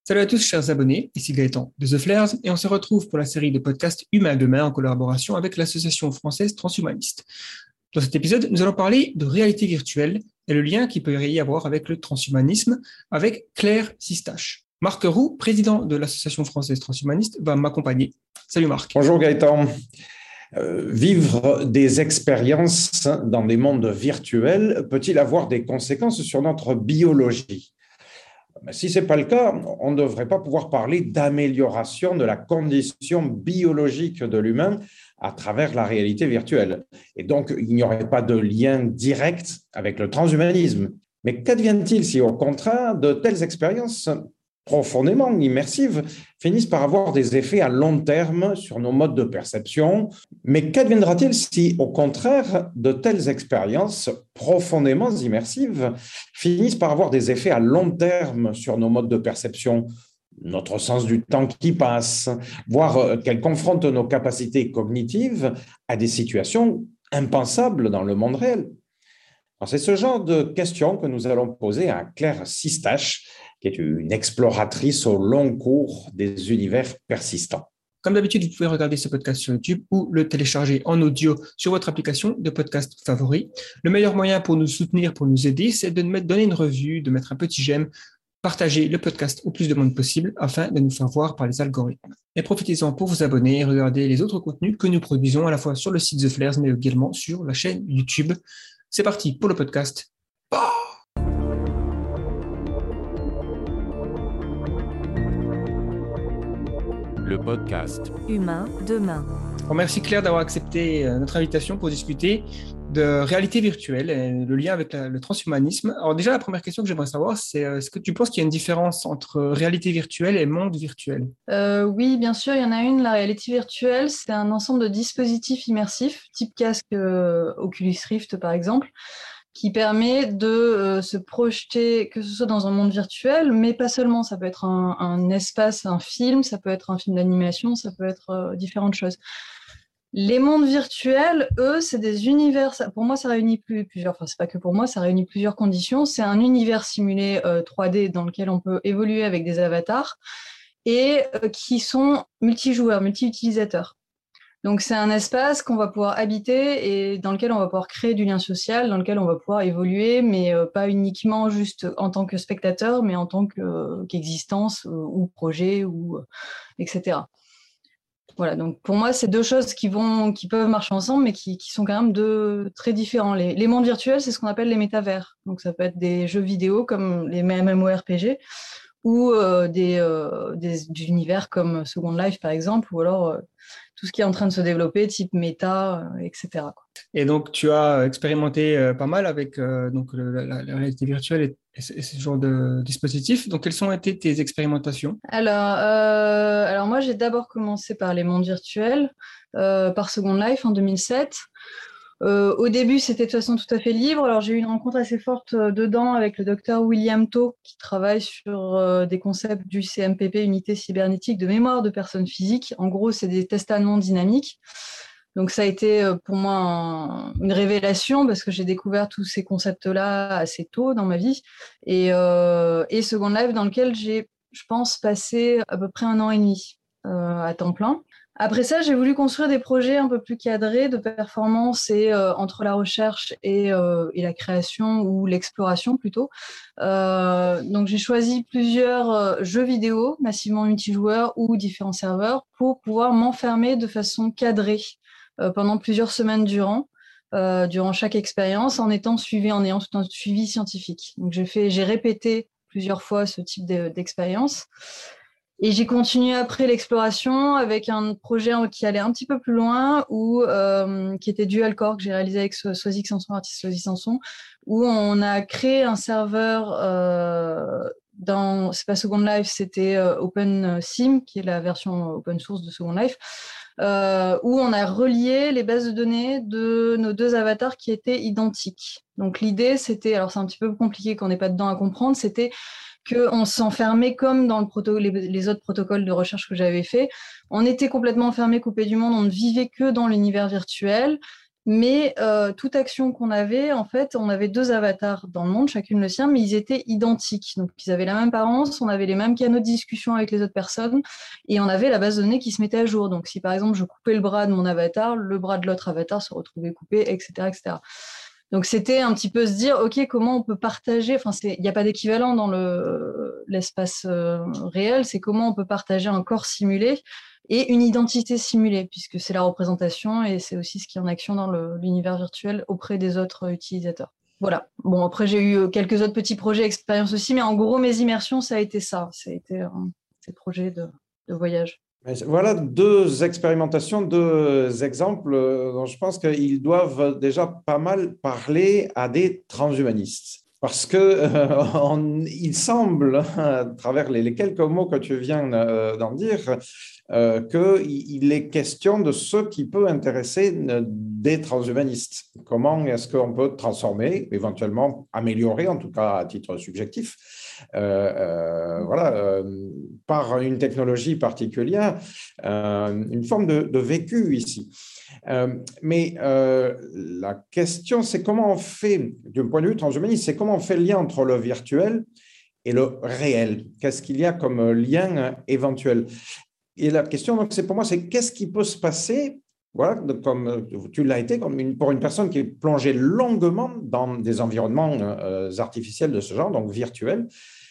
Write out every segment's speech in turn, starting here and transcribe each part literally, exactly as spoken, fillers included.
Salut à tous, chers abonnés, ici Gaëtan de The Flares et on se retrouve pour la série de podcasts Humain Demain en collaboration avec l'Association française transhumaniste. Dans cet épisode, nous allons parler de réalité virtuelle et le lien qu'il peut y avoir avec le transhumanisme avec Claire Sistache. Marc Roux, président de l'Association française transhumaniste, va m'accompagner. Salut Marc. Bonjour Gaëtan. Euh, vivre des expériences dans des mondes virtuels peut-il avoir des conséquences sur notre biologie ? Si ce n'est pas le cas, on ne devrait pas pouvoir parler d'amélioration de la condition biologique de l'humain à travers la réalité virtuelle. Et donc, il n'y aurait pas de lien direct avec le transhumanisme. Mais qu'advient-il si, au contraire, de telles expériences profondément immersives finissent par avoir des effets à long terme sur nos modes de perception? Mais qu'adviendra-t-il si, au contraire, de telles expériences profondément immersives finissent par avoir des effets à long terme sur nos modes de perception, notre sens du temps qui passe, voire qu'elles confrontent nos capacités cognitives à des situations impensables dans le monde réel? Alors, c'est ce genre de questions que nous allons poser à Claire Sistache, qui est une exploratrice au long cours des univers persistants. Comme d'habitude, vous pouvez regarder ce podcast sur YouTube ou le télécharger en audio sur votre application de podcast favori. Le meilleur moyen pour nous soutenir, pour nous aider, c'est de nous donner une revue, de mettre un petit j'aime, partager le podcast au plus de monde possible afin de nous faire voir par les algorithmes. Et profitez-en pour vous abonner et regarder les autres contenus que nous produisons à la fois sur le site The Flares, mais également sur la chaîne YouTube. C'est parti pour le podcast. Le podcast Humain Demain. On remercie Claire d'avoir accepté notre invitation pour discuter de réalité virtuelle et le lien avec la, le transhumanisme. Alors déjà, la première question que j'aimerais savoir, c'est est-ce que tu penses qu'il y a une différence entre réalité virtuelle et monde virtuel ? euh, Oui, bien sûr, il y en a une. La réalité virtuelle, c'est un ensemble de dispositifs immersifs, type casque euh, Oculus Rift par exemple, qui permet de euh, se projeter, que ce soit dans un monde virtuel, mais pas seulement. Ça peut être un, un espace, un film, ça peut être un film d'animation, ça peut être euh, différentes choses. Les mondes virtuels, eux, c'est des univers. Ça, pour moi, ça réunit plus, plusieurs. Enfin, c'est pas que pour moi, ça réunit plusieurs conditions. C'est un univers simulé euh, trois D dans lequel on peut évoluer avec des avatars et euh, qui sont multijoueurs, multi-utilisateurs. Donc, c'est un espace qu'on va pouvoir habiter et dans lequel on va pouvoir créer du lien social, dans lequel on va pouvoir évoluer, mais euh, pas uniquement juste en tant que spectateur, mais en tant que, euh, qu'existence euh, ou projet, ou, euh, et cetera. Voilà, donc pour moi, c'est deux choses qui, vont, qui peuvent marcher ensemble, mais qui, qui sont quand même deux très différents. Les, les mondes virtuels, c'est ce qu'on appelle les métavers. Donc, ça peut être des jeux vidéo comme les MMORPG, ou euh, des, euh, des, des univers comme Second Life, par exemple, ou alors euh, tout ce qui est en train de se développer, type méta, euh, et cetera, quoi. Et donc, tu as expérimenté euh, pas mal avec euh, donc, le, la, la réalité virtuelle et, et, ce, et ce genre de dispositifs. Donc, quelles ont été tes expérimentations ? Alors, euh, alors moi, j'ai d'abord commencé par les mondes virtuels, euh, par Second Life en deux mille sept. Euh, au début, c'était de façon tout à fait libre. Alors, j'ai eu une rencontre assez forte euh, dedans avec le docteur William To, qui travaille sur euh, des concepts du C M P P, unité cybernétique de mémoire de personnes physiques. En gros, c'est des tests non dynamiques. Donc, ça a été euh, pour moi un, une révélation parce que j'ai découvert tous ces concepts-là assez tôt dans ma vie. Et, euh, et Second Life, dans lequel j'ai, je pense, passé à peu près un an et demi euh, à temps plein. Après ça, j'ai voulu construire des projets un peu plus cadrés de performance et euh, entre la recherche et, euh, et la création ou l'exploration plutôt. Euh, donc, j'ai choisi plusieurs euh, jeux vidéo massivement multijoueurs ou différents serveurs pour pouvoir m'enfermer de façon cadrée euh, pendant plusieurs semaines durant, euh, durant chaque expérience, en étant suivi, en ayant tout un suivi scientifique. Donc, j'ai fait, j'ai répété plusieurs fois ce type de, d'expérience. Et j'ai continué après l'exploration avec un projet qui allait un petit peu plus loin, où, euh, qui était Dual Core, que j'ai réalisé avec Soisy Sanson, artiste Soisy Sanson, où on a créé un serveur euh, dans, c'est pas Second Life, c'était euh, OpenSim, qui est la version open source de Second Life, euh, où on a relié les bases de données de nos deux avatars qui étaient identiques. Donc l'idée, c'était, alors c'est un petit peu compliqué qu'on n'est pas dedans à comprendre, c'était qu'on s'enfermait comme dans le proto- les, les autres protocoles de recherche que j'avais fait. On était complètement enfermé, coupé du monde, on ne vivait que dans l'univers virtuel. Mais euh, toute action qu'on avait, en fait, on avait deux avatars dans le monde, chacune le sien, mais ils étaient identiques. Donc, ils avaient la même apparence, on avait les mêmes canaux de discussion avec les autres personnes, et on avait la base de données qui se mettait à jour. Donc, si par exemple, je coupais le bras de mon avatar, le bras de l'autre avatar se retrouvait coupé, et cetera, et cetera. Donc, c'était un petit peu se dire, OK, comment on peut partager, enfin, il n'y a pas d'équivalent dans le, l'espace euh, réel, c'est comment on peut partager un corps simulé et une identité simulée, puisque c'est la représentation et c'est aussi ce qui est en action dans le, l'univers virtuel auprès des autres utilisateurs. Voilà. Bon, après, j'ai eu quelques autres petits projets, expériences aussi, mais en gros, mes immersions, ça a été ça. Ça a été euh, ces projets de, de voyage. Voilà deux expérimentations, deux exemples dont je pense qu'ils doivent déjà pas mal parler à des transhumanistes. Parce que euh, on, il semble, à travers les, les quelques mots que tu viens euh, d'en dire, euh, qu'il est question de ce qui peut intéresser des transhumanistes. Comment est-ce qu'on peut transformer, éventuellement améliorer, en tout cas à titre subjectif, euh, euh, voilà, euh, par une technologie particulière, euh, une forme de, de vécu ici. Euh, mais euh, la question, c'est comment on fait, d'un point de vue transhumaniste, c'est comment on fait le lien entre le virtuel et le réel. Qu'est-ce qu'il y a comme lien éventuel? Et la question, donc, c'est pour moi, c'est qu'est-ce qui peut se passer, voilà, comme tu l'as été, comme une, pour une personne qui est plongée longuement dans des environnements euh, artificiels de ce genre, donc virtuels,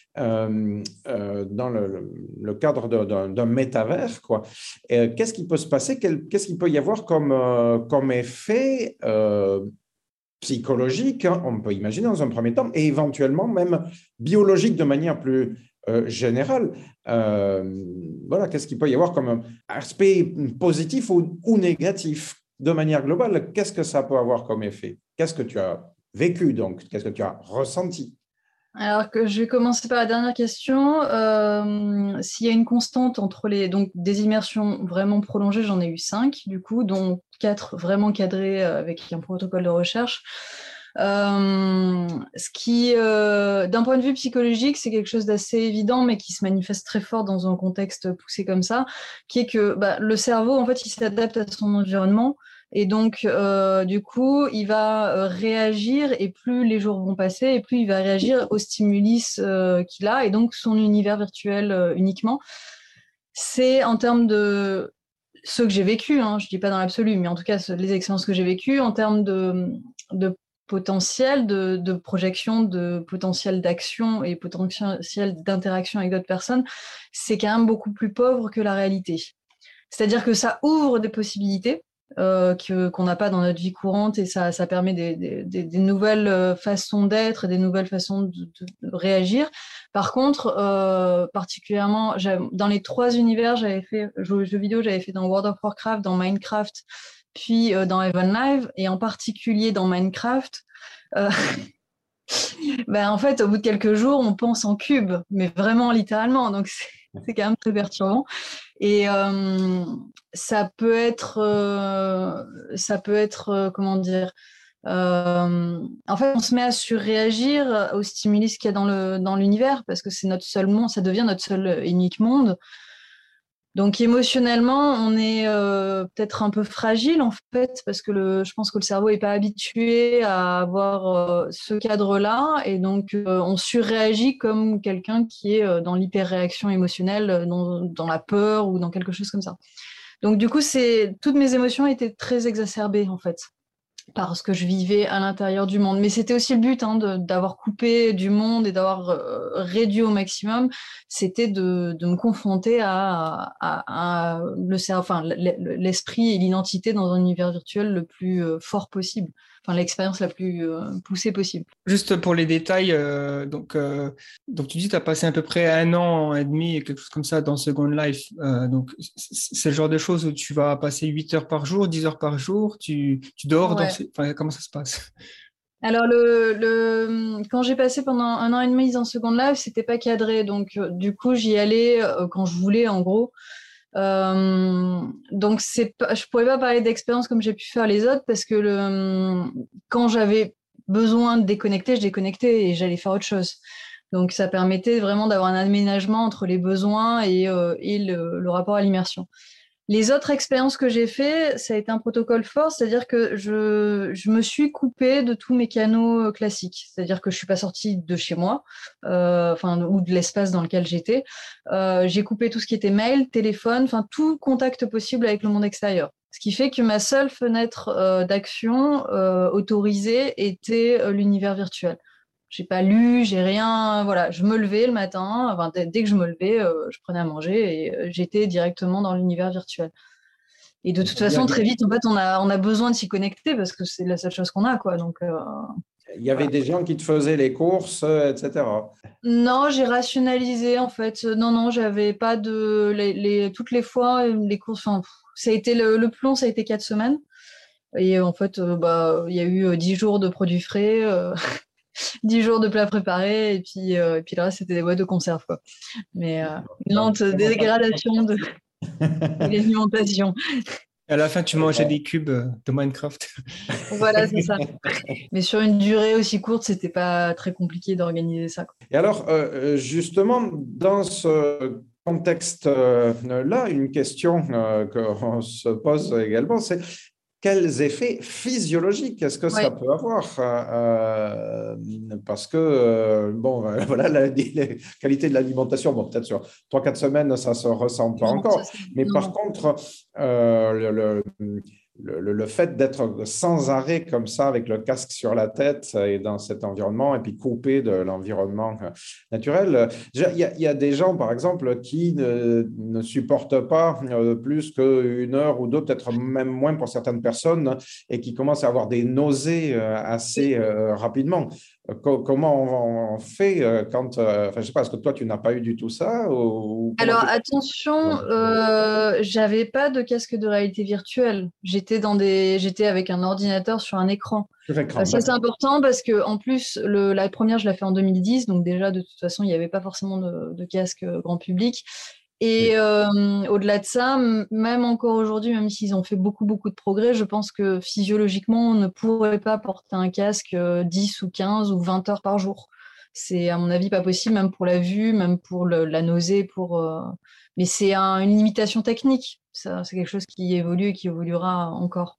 Euh, euh, dans le, le cadre d'un, d'un métavers, quoi. Et qu'est-ce qui peut se passer? Quel, qu'est-ce qu'il peut y avoir comme, euh, comme effet euh, psychologique, hein, on peut imaginer dans un premier temps, et éventuellement même biologique de manière plus euh, générale. Euh, voilà, qu'est-ce qu'il peut y avoir comme aspect positif ou, ou négatif de manière globale? Qu'est-ce que ça peut avoir comme effet? Qu'est-ce que tu as vécu, donc? Qu'est-ce que tu as ressenti? Alors que je vais commencer par la dernière question. Euh, s'il y a une constante entre les donc des immersions vraiment prolongées, j'en ai eu cinq du coup, dont quatre vraiment cadrées avec un protocole de recherche. Euh, ce qui, euh, d'un point de vue psychologique, c'est quelque chose d'assez évident, mais qui se manifeste très fort dans un contexte poussé comme ça, qui est que bah, le cerveau, en fait, il s'adapte à son environnement. Et donc, euh, du coup, il va euh, réagir et plus les jours vont passer et plus il va réagir aux stimulus euh, qu'il a et donc son univers virtuel euh, uniquement. C'est en termes de ce que j'ai vécu, hein, je dis pas dans l'absolu, mais en tout cas les expériences que j'ai vécues, en termes de, de potentiel, de, de projection, de potentiel d'action et potentiel d'interaction avec d'autres personnes, c'est quand même beaucoup plus pauvre que la réalité. C'est-à-dire que ça ouvre des possibilités, Euh, que, qu'on n'a pas dans notre vie courante et ça, ça permet des, des, des nouvelles façons d'être et des nouvelles façons de, de, de réagir. Par contre, euh, particulièrement, dans les trois univers, j'avais fait jeux, jeux vidéo, j'avais fait dans World of Warcraft, dans Minecraft, puis euh, dans Heaven Live, et en particulier dans Minecraft. Euh, ben, en fait, au bout de quelques jours, on pense en cube, mais vraiment littéralement. Donc, c'est, c'est quand même très perturbant. Et euh, ça peut être, euh, ça peut être, euh, comment dire, euh, en fait, on se met à surréagir aux stimulus qu'il y a dans le dans l'univers parce que c'est notre seul monde, ça devient notre seul et unique monde. Donc émotionnellement, on est euh, peut-être un peu fragile en fait parce que le, je pense que le cerveau est pas habitué à avoir euh, ce cadre-là et donc euh, on surréagit comme quelqu'un qui est euh, dans l'hyperréaction émotionnelle, dans, dans la peur ou dans quelque chose comme ça. Donc du coup, c'est toutes mes émotions étaient très exacerbées en fait par ce que je vivais à l'intérieur du monde. Mais c'était aussi le but hein, de, d'avoir coupé du monde et d'avoir euh, réduit au maximum. C'était de, de me confronter à, à, à le, enfin, l'esprit et l'identité dans un univers virtuel le plus euh, fort possible. Enfin, l'expérience la plus euh, poussée possible. Juste pour les détails, euh, donc, euh, donc tu dis que tu as passé à peu près un an et demi, quelque chose comme ça, dans Second Life. Euh, donc, c'est le genre de choses où tu vas passer huit heures par jour, dix heures par jour, tu, tu dors, Ouais. dans ces... enfin, comment ça se passe? Alors, le, le, quand j'ai passé pendant un an et demi dans Second Life, c'était pas cadré. Donc, euh, du coup, j'y allais euh, quand je voulais, en gros. Euh, donc c'est pas, je pourrais pas parler d'expérience comme j'ai pu faire les autres parce que le, quand j'avais besoin de déconnecter, je déconnectais et j'allais faire autre chose. Donc ça permettait vraiment d'avoir un aménagement entre les besoins et, euh, et le, le rapport à l'immersion. Les autres expériences que j'ai fait, ça a été un protocole fort, c'est-à-dire que je, je me suis coupée de tous mes canaux classiques. C'est-à-dire que je suis pas sortie de chez moi, euh, enfin, ou de l'espace dans lequel j'étais. Euh, j'ai coupé tout ce qui était mail, téléphone, enfin, tout contact possible avec le monde extérieur. Ce qui fait que ma seule fenêtre euh, d'action euh, autorisée était euh, l'univers virtuel. J'ai pas lu, j'ai rien, voilà, je me levais le matin, enfin, dès, dès que je me levais, euh, je prenais à manger et euh, j'étais directement dans l'univers virtuel. Et de toute Il y a- façon, très vite, en fait, on a, on a besoin de s'y connecter parce que c'est la seule chose qu'on a, quoi. Donc, euh, il y avait voilà. des gens qui te faisaient les courses, euh, et cetera. Non, j'ai rationalisé, en fait. Non, non, j'avais pas de, les, les, toutes les fois, les courses, enfin, pff, ça a été le, le plus long, ça a été quatre semaines. Et en fait, euh, bah, il y a eu euh, dix jours de produits frais. Euh, dix jours de plats préparés et puis, euh, et puis le reste, c'était des boîtes de conserve, quoi. Mais euh, une Donc, lente dégradation de, de l'alimentation. À la fin, tu mangeais des cubes euh, de Minecraft. Voilà, c'est ça. Mais sur une durée aussi courte, c'était pas très compliqué d'organiser ça, quoi. Et alors, euh, justement, dans ce contexte-là, une question euh, qu'on se pose également, c'est quels effets physiologiques est-ce que ça Ouais. peut avoir? euh, Parce que, euh, bon, voilà, la, la qualité de l'alimentation, bon, peut-être sur trois quatre semaines, ça ne se ressent pas Non, ça, encore. c'est- Mais non, par non. contre, euh, le, le- le, le fait d'être sans arrêt comme ça, avec le casque sur la tête et dans cet environnement, et puis coupé de l'environnement naturel, il y, a, il y a des gens, par exemple, qui ne, ne supportent pas plus qu'une heure ou deux, peut-être même moins pour certaines personnes, et qui commencent à avoir des nausées assez euh, rapidement. Comment on fait quand, enfin, je ne sais pas, est-ce que toi, tu n'as pas eu du tout ça ou comment Alors tu... attention, euh, j'avais pas de casque de réalité virtuelle. J'étais dans des, j'étais avec un ordinateur sur un écran. Sur Euh, écran, ça c'est d'accord. important parce que en plus le, la première je l'ai fait en deux mille dix, donc déjà de toute façon il n'y avait pas forcément de, de casque grand public. Et Oui. euh, au-delà de ça, m- même encore aujourd'hui, même s'ils ont fait beaucoup beaucoup de progrès, je pense que physiologiquement on ne pourrait pas porter un casque euh, dix ou quinze ou vingt heures par jour. C'est à mon avis pas possible, même pour la vue, même pour le- la nausée, pour. euh, Mais c'est un- une limitation technique. Ça, c'est quelque chose qui évolue et qui évoluera encore.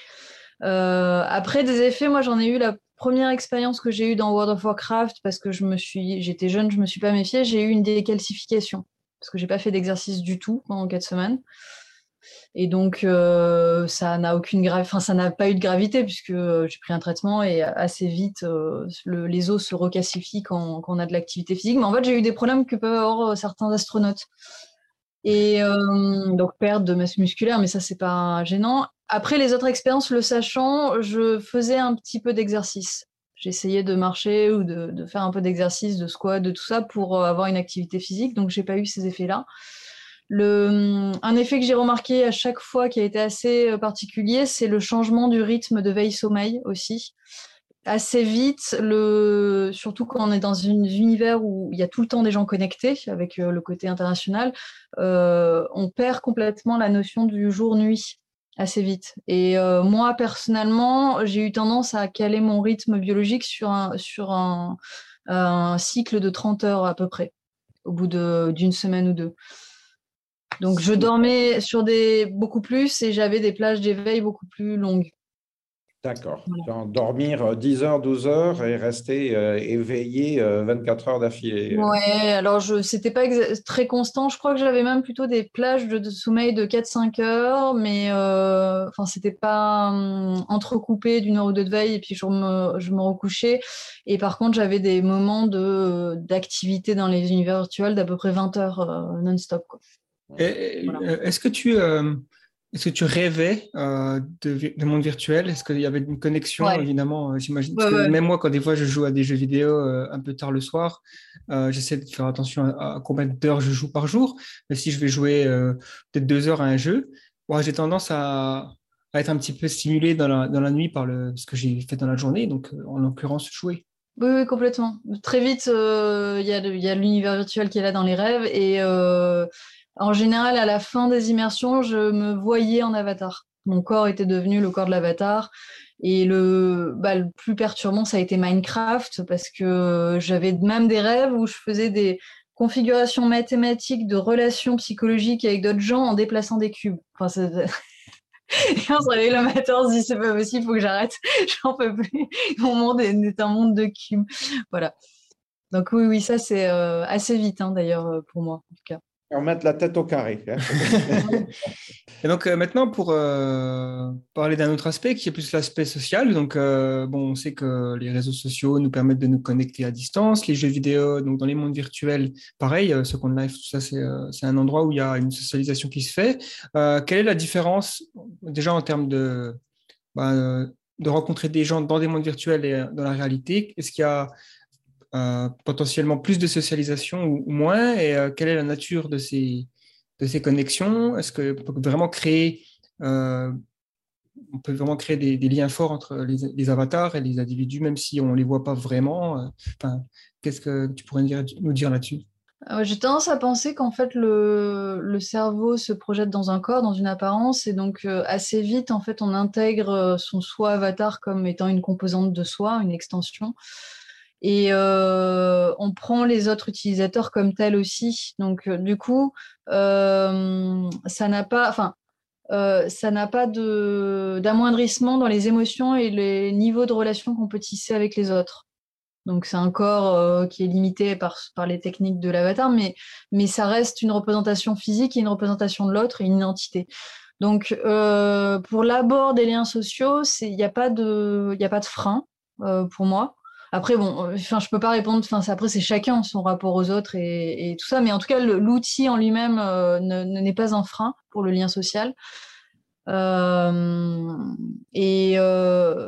Euh, après des effets, moi j'en ai eu la première expérience que j'ai eue dans World of Warcraft parce que je me suis, j'étais jeune, je me suis pas méfiée. J'ai eu une décalcification parce que j'ai pas fait d'exercice du tout pendant quatre semaines. Et donc, euh, ça n'a aucune gra... enfin, ça n'a pas eu de gravité puisque euh, j'ai pris un traitement et assez vite, euh, le- les os se recalcifient quand, quand on a de l'activité physique. Mais en fait, j'ai eu des problèmes que peuvent avoir euh, certains astronautes. Et euh, donc, perte de masse musculaire, mais ça, c'est pas gênant. Après, les autres expériences, le sachant, je faisais un petit peu d'exercice. J'essayais de marcher ou de, de faire un peu d'exercice, de squat, de tout ça pour euh, avoir une activité physique. Donc, j'ai pas eu ces effets-là. Le, un effet que j'ai remarqué à chaque fois qui a été assez particulier, c'est le changement du rythme de veille-sommeil aussi. Assez vite, le, surtout quand on est dans un univers où il y a tout le temps des gens connectés, avec le côté international, euh, on perd complètement la notion du jour-nuit assez vite. Et euh, moi, personnellement, j'ai eu tendance à caler mon rythme biologique sur un, sur un, un cycle de trente heures à peu près, au bout de, d'une semaine ou deux. Donc, je dormais sur des beaucoup plus et j'avais des plages d'éveil beaucoup plus longues. D'accord. Voilà. Genre, dormir dix heures, douze heures et rester euh, éveillé euh, vingt-quatre heures d'affilée. Ouais, alors je c'était pas exa- très constant. Je crois que j'avais même plutôt des plages de, de sommeil de quatre cinq heures, mais euh, enfin c'était pas hum, entrecoupé d'une heure ou deux de veille et puis je me, je me recouchais. Et par contre, j'avais des moments de d'activité dans les univers virtuels d'à peu près vingt heures euh, non-stop, quoi. Et, Voilà. euh, est-ce que tu, euh, est-ce que tu rêvais euh, de, vi- de monde virtuel? Est-ce qu'il y avait une connexion, Ouais, évidemment, euh, j'imagine, parce ouais, que ouais. même moi, quand des fois je joue à des jeux vidéo euh, un peu tard le soir, euh, j'essaie de faire attention à, à combien d'heures je joue par jour. Mais si je vais jouer euh, peut-être deux heures à un jeu, ouais, j'ai tendance à, à être un petit peu stimulé dans la, dans la nuit par le, ce que j'ai fait dans la journée, donc euh, en l'occurrence jouer. Oui, oui, complètement. Très vite, euh, il y a le- il y a l'univers virtuel qui est là dans les rêves. Et euh, en général, à la fin des immersions, je me voyais en avatar. Mon corps était devenu le corps de l'avatar. Et le, bah, le plus perturbant, ça a été Minecraft, parce que j'avais même des rêves où je faisais des, configuration mathématique de relations psychologiques avec d'autres gens en déplaçant des cubes. Enfin, c'est... Et on se réveille le matin, on se dit c'est pas possible, il faut que j'arrête, j'en peux plus. Mon monde est, est un monde de cubes. Voilà. Donc oui, oui, ça c'est euh, assez vite hein, d'ailleurs pour moi en tout cas. Remettre la tête au carré. Hein. Et donc euh, maintenant, pour euh, parler d'un autre aspect qui est plus l'aspect social, donc euh, bon, on sait que les réseaux sociaux nous permettent de nous connecter à distance, les jeux vidéo, donc dans les mondes virtuels, pareil, euh, Second Life, tout ça, c'est euh, c'est un endroit où il y a une socialisation qui se fait. Euh, quelle est la différence déjà en termes de, bah, euh, de rencontrer des gens dans des mondes virtuels et euh, dans la réalité? Est-ce qu'il y a euh, potentiellement plus de socialisation ou, ou moins? Et euh, quelle est la nature de ces de ces connexions? Est-ce qu'on peut vraiment créer, euh, on peut vraiment créer des, des liens forts entre les, les avatars et les individus, même si on ne les voit pas vraiment? euh, Enfin, qu'est-ce que tu pourrais dire, nous dire là-dessus? Euh, j'ai tendance à penser qu'en fait le, le cerveau se projette dans un corps, dans une apparence, et donc euh, assez vite en fait on intègre euh, son soi avatar comme étant une composante de soi, une extension. Et euh, on prend les autres utilisateurs comme tels aussi. Donc euh, du coup, euh, ça n'a pas, enfin, euh, ça n'a pas de d'amoindrissement dans les émotions et les niveaux de relation qu'on peut tisser avec les autres. Donc c'est un corps euh, qui est limité par, par les techniques de l'avatar, mais, mais ça reste une représentation physique et une représentation de l'autre et une identité. Donc euh, pour l'abord des liens sociaux, il n'y a pas de, y a pas de frein euh, pour moi. Après, bon, enfin, je peux pas répondre. Enfin, après, c'est chacun son rapport aux autres et, et tout ça. Mais en tout cas, le, l'outil en lui-même euh, ne, ne n'est pas un frein pour le lien social. Euh, et euh,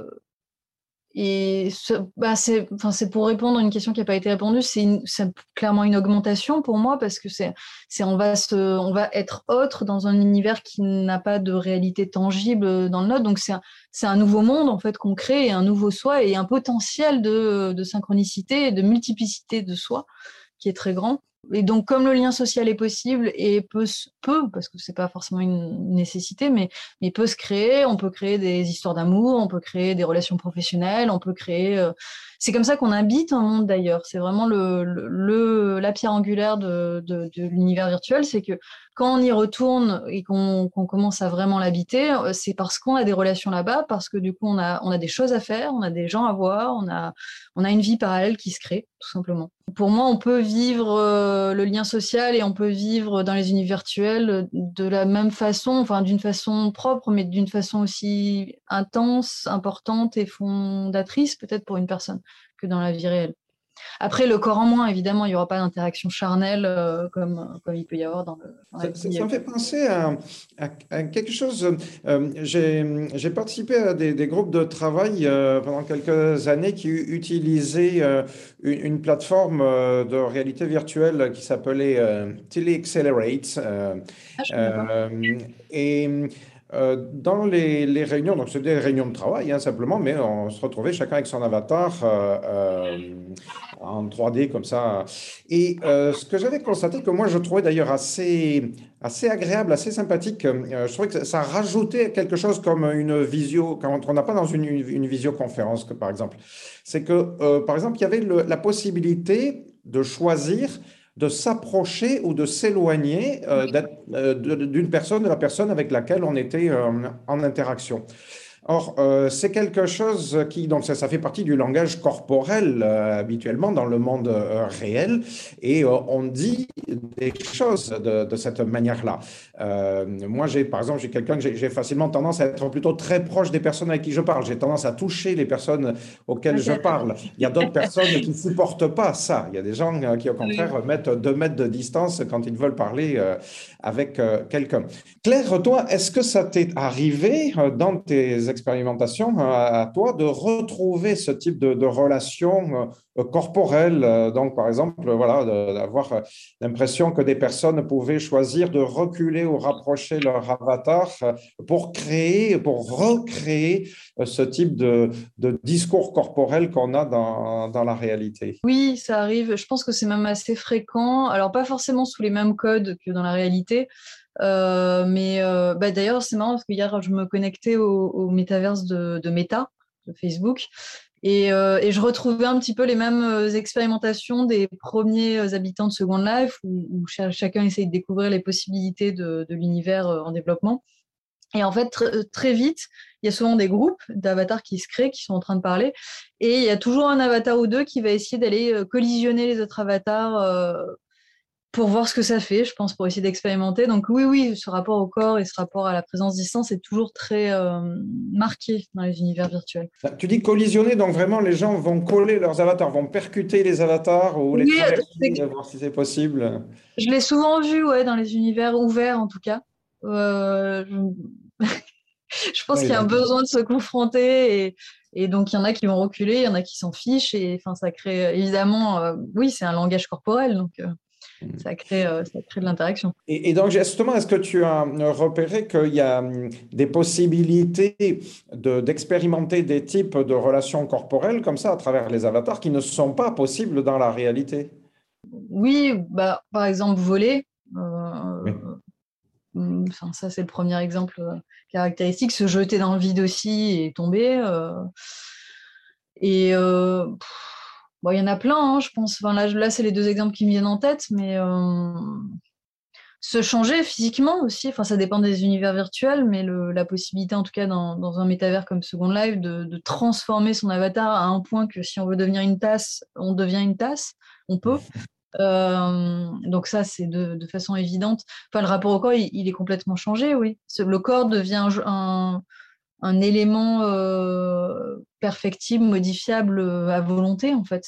et ce, bah c'est, enfin, c'est pour répondre à une question qui n'a pas été répondue. C'est, une, c'est clairement une augmentation pour moi parce que c'est, c'est on va se, on va être autre dans un univers qui n'a pas de réalité tangible dans le nôtre. Donc c'est un, c'est un nouveau monde en fait qu'on crée, et un nouveau soi et un potentiel de, de synchronicité et de multiplicité de soi qui est très grand. Et donc, comme le lien social est possible et peut, peut parce que c'est pas forcément une nécessité, mais, mais peut se créer, on peut créer des histoires d'amour, on peut créer des relations professionnelles, on peut créer. Euh... C'est comme ça qu'on habite un monde d'ailleurs. C'est vraiment le, le, le la pierre angulaire de, de, de l'univers virtuel, c'est que quand on y retourne et qu'on, qu'on commence à vraiment l'habiter, c'est parce qu'on a des relations là-bas, parce que du coup on a, on a des choses à faire, on a des gens à voir, on a, on a une vie parallèle qui se crée, tout simplement. Pour moi, on peut vivre euh, le lien social et on peut vivre dans les univers virtuels de la même façon, enfin d'une façon propre, mais d'une façon aussi intense, importante et fondatrice peut-être pour une personne que dans la vie réelle. Après, le corps en moins, évidemment, il n'y aura pas d'interaction charnelle euh, comme, comme il peut y avoir dans, le, dans la Ça, vie. ça me fait penser à, à, à quelque chose. Euh, j'ai, j'ai participé à des, des groupes de travail euh, pendant quelques années qui utilisaient euh, une, une plateforme euh, de réalité virtuelle qui s'appelait euh, Teleaccelerate. Euh, Ah, je connais pas. euh, et euh, dans les, les réunions, donc c'était des réunions de travail hein, simplement, mais on se retrouvait chacun avec son avatar euh, euh, en trois D comme ça. Et euh, ce que j'avais constaté, que moi je trouvais d'ailleurs assez, assez agréable, assez sympathique, euh, je trouvais que ça rajoutait quelque chose comme une visio, quand on n'a pas dans une, une visioconférence, que, par exemple. C'est que, euh, par exemple, il y avait le- la possibilité de choisir de s'approcher ou de s'éloigner euh, d'être, euh, de- d'une personne, de la personne avec laquelle on était euh, en interaction. Or, euh, c'est quelque chose qui, donc ça, ça fait partie du langage corporel euh, habituellement dans le monde euh, réel, et euh, on dit des choses de, de cette manière-là. Euh, moi, j'ai, par exemple, j'ai quelqu'un que j'ai j'ai facilement tendance à être plutôt très proche des personnes avec qui je parle. J'ai tendance à toucher les personnes auxquelles je Ok. parle. Il y a d'autres personnes qui ne supportent pas ça. Il y a des gens euh, qui, au Oui. contraire, mettent deux mètres de distance quand ils veulent parler euh, avec euh, quelqu'un. Claire, toi, est-ce que ça t'est arrivé euh, dans tes expérimentations euh, à toi de retrouver ce type de, de relation euh, corporelle? euh, Donc, par exemple, voilà, de- d'avoir euh, l'impression que des personnes pouvaient choisir de reculer ou rapprocher leur avatar euh, pour créer, pour recréer euh, ce type de, de discours corporel qu'on a dans, dans la réalité. Oui, ça arrive. Je pense que c'est même assez fréquent. Alors, pas forcément sous les mêmes codes que dans la réalité. Euh, mais euh, bah, d'ailleurs, c'est marrant parce que hier, je me connectais au, au métaverse de, de Meta, de Facebook. Et, euh, et je retrouvais un petit peu les mêmes expérimentations des premiers habitants de Second Life, où, où ch- chacun essaye de découvrir les possibilités de, de l'univers en développement. Et en fait, tr- très vite, il y a souvent des groupes d'avatars qui se créent, qui sont en train de parler, et il y a toujours un avatar ou deux qui va essayer d'aller euh, collisionner les autres avatars euh, pour voir ce que ça fait, je pense, pour essayer d'expérimenter. Donc oui, oui, ce rapport au corps et ce rapport à la présence-distance est toujours très euh, marqué dans les univers virtuels. Tu dis collisionner, donc vraiment les gens vont coller leurs avatars, vont percuter les avatars ou les Oui, traverser, voir si c'est possible. je l'ai souvent vu, ouais, dans les univers ouverts en tout cas. Euh, je... je pense Oui, qu'il y a un d'accord. besoin de se confronter et, et donc il y en a qui vont reculer, il y en a qui s'en fichent et enfin ça crée évidemment, euh, oui, c'est un langage corporel donc euh, ça crée, euh, ça crée de l'interaction. Et, et donc, justement, est-ce que tu as repéré qu'il y a hum, des possibilités de- d'expérimenter des types de relations corporelles comme ça à travers les avatars qui ne sont pas possibles dans la réalité? Oui, bah par exemple voler. Euh, Oui. Enfin, ça, c'est le premier exemple euh, caractéristique. Se jeter dans le vide aussi et tomber. euh. Et euh, pff, bon, il y en a plein, hein, je pense. Enfin, là, je- là, c'est les deux exemples qui me viennent en tête, mais euh, se changer physiquement aussi. Enfin, ça dépend des univers virtuels, mais le- la possibilité, en tout cas, dans, dans un métavers comme Second Life, de, de transformer son avatar à un point que si on veut devenir une tasse, on devient une tasse. On peut. Euh, donc ça, c'est de, de façon évidente. Enfin, le rapport au corps, il, il est complètement changé, oui. Ce- Le corps devient un, un- un élément euh, perfectible, modifiable euh, à volonté, en fait.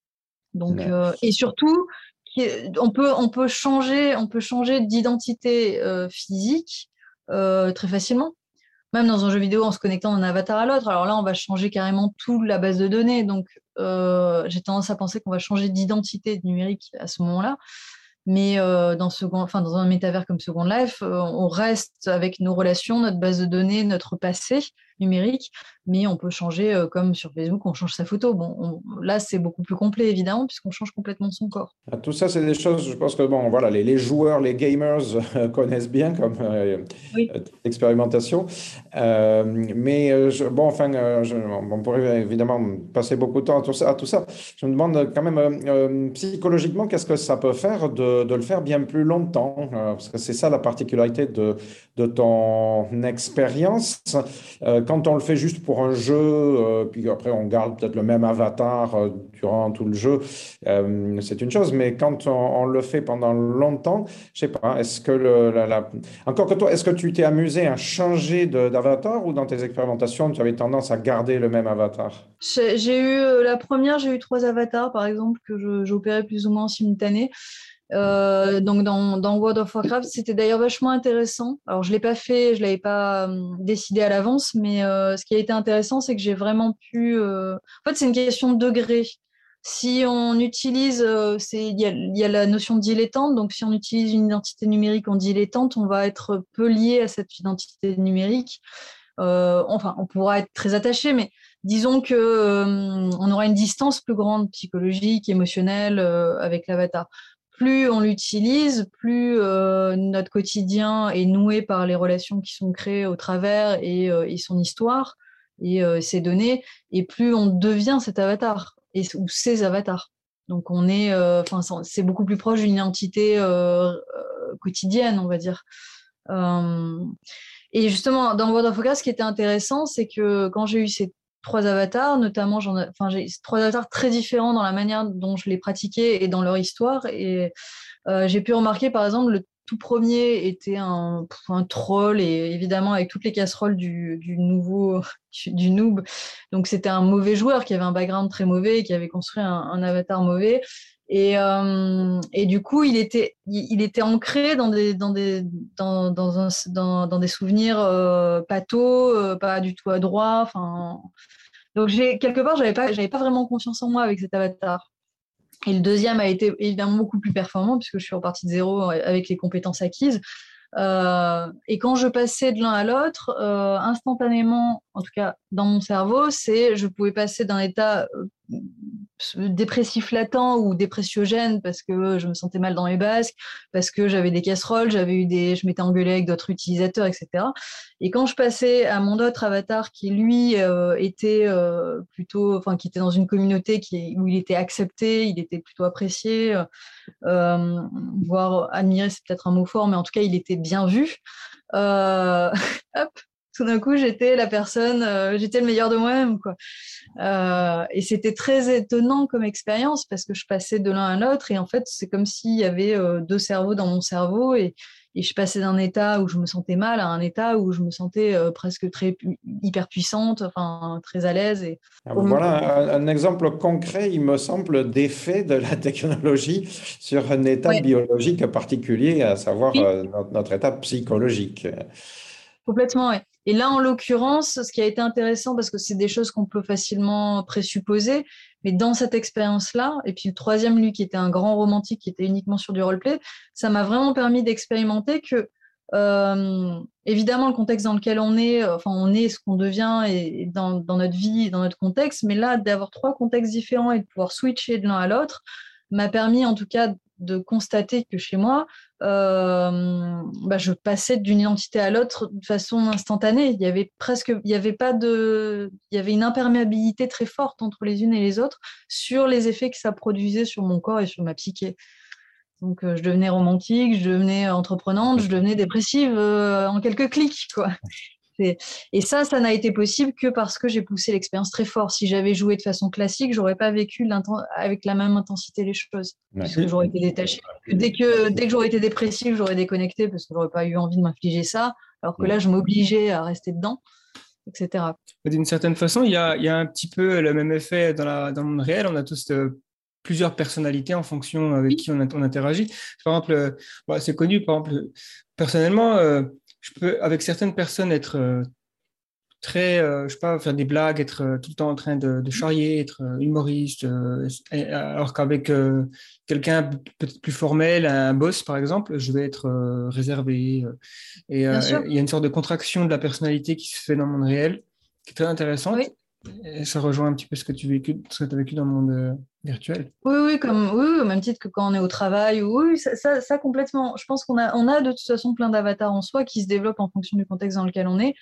Donc, Ouais. euh, et surtout, qui est- on peut, on peut changer, on peut changer d'identité euh, physique euh, très facilement. Même dans un jeu vidéo, en se connectant d'un avatar à l'autre. Alors là, on va changer carrément toute la base de données. Donc, euh, j'ai tendance à penser qu'on va changer d'identité numérique à ce moment-là. Mais euh, dans, second, enfin, dans un métavers comme Second Life, euh, on reste avec nos relations, notre base de données, notre passé numérique, mais on peut changer, euh, comme sur Facebook, on change sa photo. Bon, on- là, c'est beaucoup plus complet, évidemment, puisqu'on change complètement son corps. Ah, tout ça, c'est des choses, je pense que bon, voilà, les, les joueurs, les gamers euh, connaissent bien comme euh, Oui. euh, expérimentation. Euh, mais euh, je- bon, enfin, euh, je- on pourrait évidemment passer beaucoup de temps à tout ça. À tout ça. Je me demande quand même, euh, euh, psychologiquement, qu'est-ce que ça peut faire de, de le faire bien plus longtemps? Euh, parce que c'est ça la particularité de, de ton expérience. Euh, quand on le fait juste pour un jeu, euh, puis après on garde peut-être le même avatar euh, durant tout le jeu. Euh, c'est une chose, mais quand on, on le fait pendant longtemps, je sais pas, est-ce que le, la, la- encore que toi, est-ce que tu t'es amusé à changer de- d'avatar ou dans tes expérimentations, tu avais tendance à garder le même avatar? J'ai j'ai eu euh, la première, j'ai eu trois avatars, par exemple, que je- j'opérais plus ou moins en simultané. Euh, donc dans, dans World of Warcraft, c'était d'ailleurs vachement intéressant. Alors je l'ai pas fait, je l'avais pas euh, décidé à l'avance, mais euh, ce qui a été intéressant, c'est que j'ai vraiment pu. euh, En fait, c'est une question de degré. Si on utilise, euh, c'est il y a, il y a la notion de dilettante. Donc si on utilise une identité numérique en dilettante, on va être peu lié à cette identité numérique. Euh, enfin, on pourra être très attaché, mais disons que euh, on aura une distance plus grande psychologique, émotionnelle euh, avec l'avatar. Plus on l'utilise, plus euh, notre quotidien est noué par les relations qui sont créées au travers et, euh, et son histoire et euh, ses données, et plus on devient cet avatar et, ou ces avatars. Donc on est, enfin, euh, c'est beaucoup plus proche d'une identité euh, euh, quotidienne, on va dire. Euh, et justement, dans World of Warcraft, ce qui était intéressant, c'est que quand j'ai eu ces trois avatars, notamment, j'en ai, enfin, j'ai trois avatars très différents dans la manière dont je les pratiquais et dans leur histoire. Et euh, j'ai pu remarquer, par exemple, le tout premier était un, un troll, et évidemment avec toutes les casseroles du, du nouveau, du, du noob. Donc c'était un mauvais joueur qui avait un background très mauvais et qui avait construit un, un avatar mauvais. Et, euh, et du coup, il était, il, il était ancré dans des, dans des, dans, dans, un, dans, dans des souvenirs euh, pathos, euh, pas du tout adroits. Enfin, donc j'ai quelque part, j'avais pas, j'avais pas vraiment confiance en moi avec cet avatar. Et le deuxième a été évidemment beaucoup plus performant puisque je suis repartie de zéro avec les compétences acquises. Euh, et quand je passais de l'un à l'autre, euh, instantanément, en tout cas dans mon cerveau, c'est je pouvais passer d'un état euh, dépressif latent ou dépressiogène parce que je me sentais mal dans mes basques, parce que j'avais des casseroles, j'avais eu des, je m'étais engueulée avec d'autres utilisateurs, et cetera. Et quand je passais à mon autre avatar qui lui euh, était euh, plutôt, enfin qui était dans une communauté qui, où il était accepté, il était plutôt apprécié, euh, voire admiré, c'est peut-être un mot fort, mais en tout cas il était bien vu. Euh, hop, tout d'un coup j'étais la personne, euh, j'étais le meilleur de moi-même, quoi. Euh, et c'était très étonnant comme expérience parce que je passais de l'un à l'autre et en fait c'est comme s'il y avait euh, deux cerveaux dans mon cerveau et, et je passais d'un état où je me sentais mal à un état où je me sentais euh, presque très hyper puissante, enfin très à l'aise. Et... Voilà un, un exemple concret, il me semble, d'effet de la technologie sur un état Ouais. biologique particulier, à savoir Oui. euh, notre, notre état psychologique. Complètement, oui. Et là, en l'occurrence, ce qui a été intéressant, parce que c'est des choses qu'on peut facilement présupposer, mais dans cette expérience-là, et puis le troisième, lui, qui était un grand romantique, qui était uniquement sur du roleplay, ça m'a vraiment permis d'expérimenter que, euh, évidemment, le contexte dans lequel on est, enfin, on est ce qu'on devient et, et dans, dans notre vie, dans notre contexte, mais là, d'avoir trois contextes différents et de pouvoir switcher de l'un à l'autre, m'a permis, en tout cas, de constater que chez moi, euh, bah, je passais d'une identité à l'autre de façon instantanée. Il y avait presque, il y avait pas de, il y avait une imperméabilité très forte entre les unes et les autres sur les effets que ça produisait sur mon corps et sur ma psyché. Donc, euh, je devenais romantique, je devenais entreprenante, je devenais dépressive euh, en quelques clics, quoi. Et ça, ça n'a été possible que parce que j'ai poussé l'expérience très fort. Si j'avais joué de façon classique, j'aurais pas vécu avec la même intensité les choses, Ouais. puisque j'aurais été détachée. Dès que, dès que j'aurais été dépressive, j'aurais déconnecté parce que j'aurais pas eu envie de m'infliger ça, alors que là, je m'obligeais à rester dedans, et cetera. D'une certaine façon, il y a, il y a un petit peu le même effet dans, la, dans le monde réel. On a tous euh, plusieurs personnalités en fonction avec qui on, on interagit. Par exemple, euh, bon, c'est connu, par exemple, personnellement, euh, je peux, avec certaines personnes, être euh, très, euh, je sais pas, faire des blagues, être euh, tout le temps en train de, de charrier, être euh, humoriste, euh, et, alors qu'avec euh, quelqu'un peut-être plus formel, un boss par exemple, je vais être euh, réservé. Euh, et euh, il y a une sorte de contraction de la personnalité qui se fait dans le monde réel, qui est très intéressante. Oui. Et ça rejoint un petit peu ce que tu vécu, ce que as vécu dans le monde euh, virtuel. Oui, oui, comme, oui, au même titre que quand on est au travail. Oui, ça, ça, ça complètement. Je pense qu'on a, on a de toute façon plein d'avatars en soi qui se développent en fonction du contexte dans lequel on est.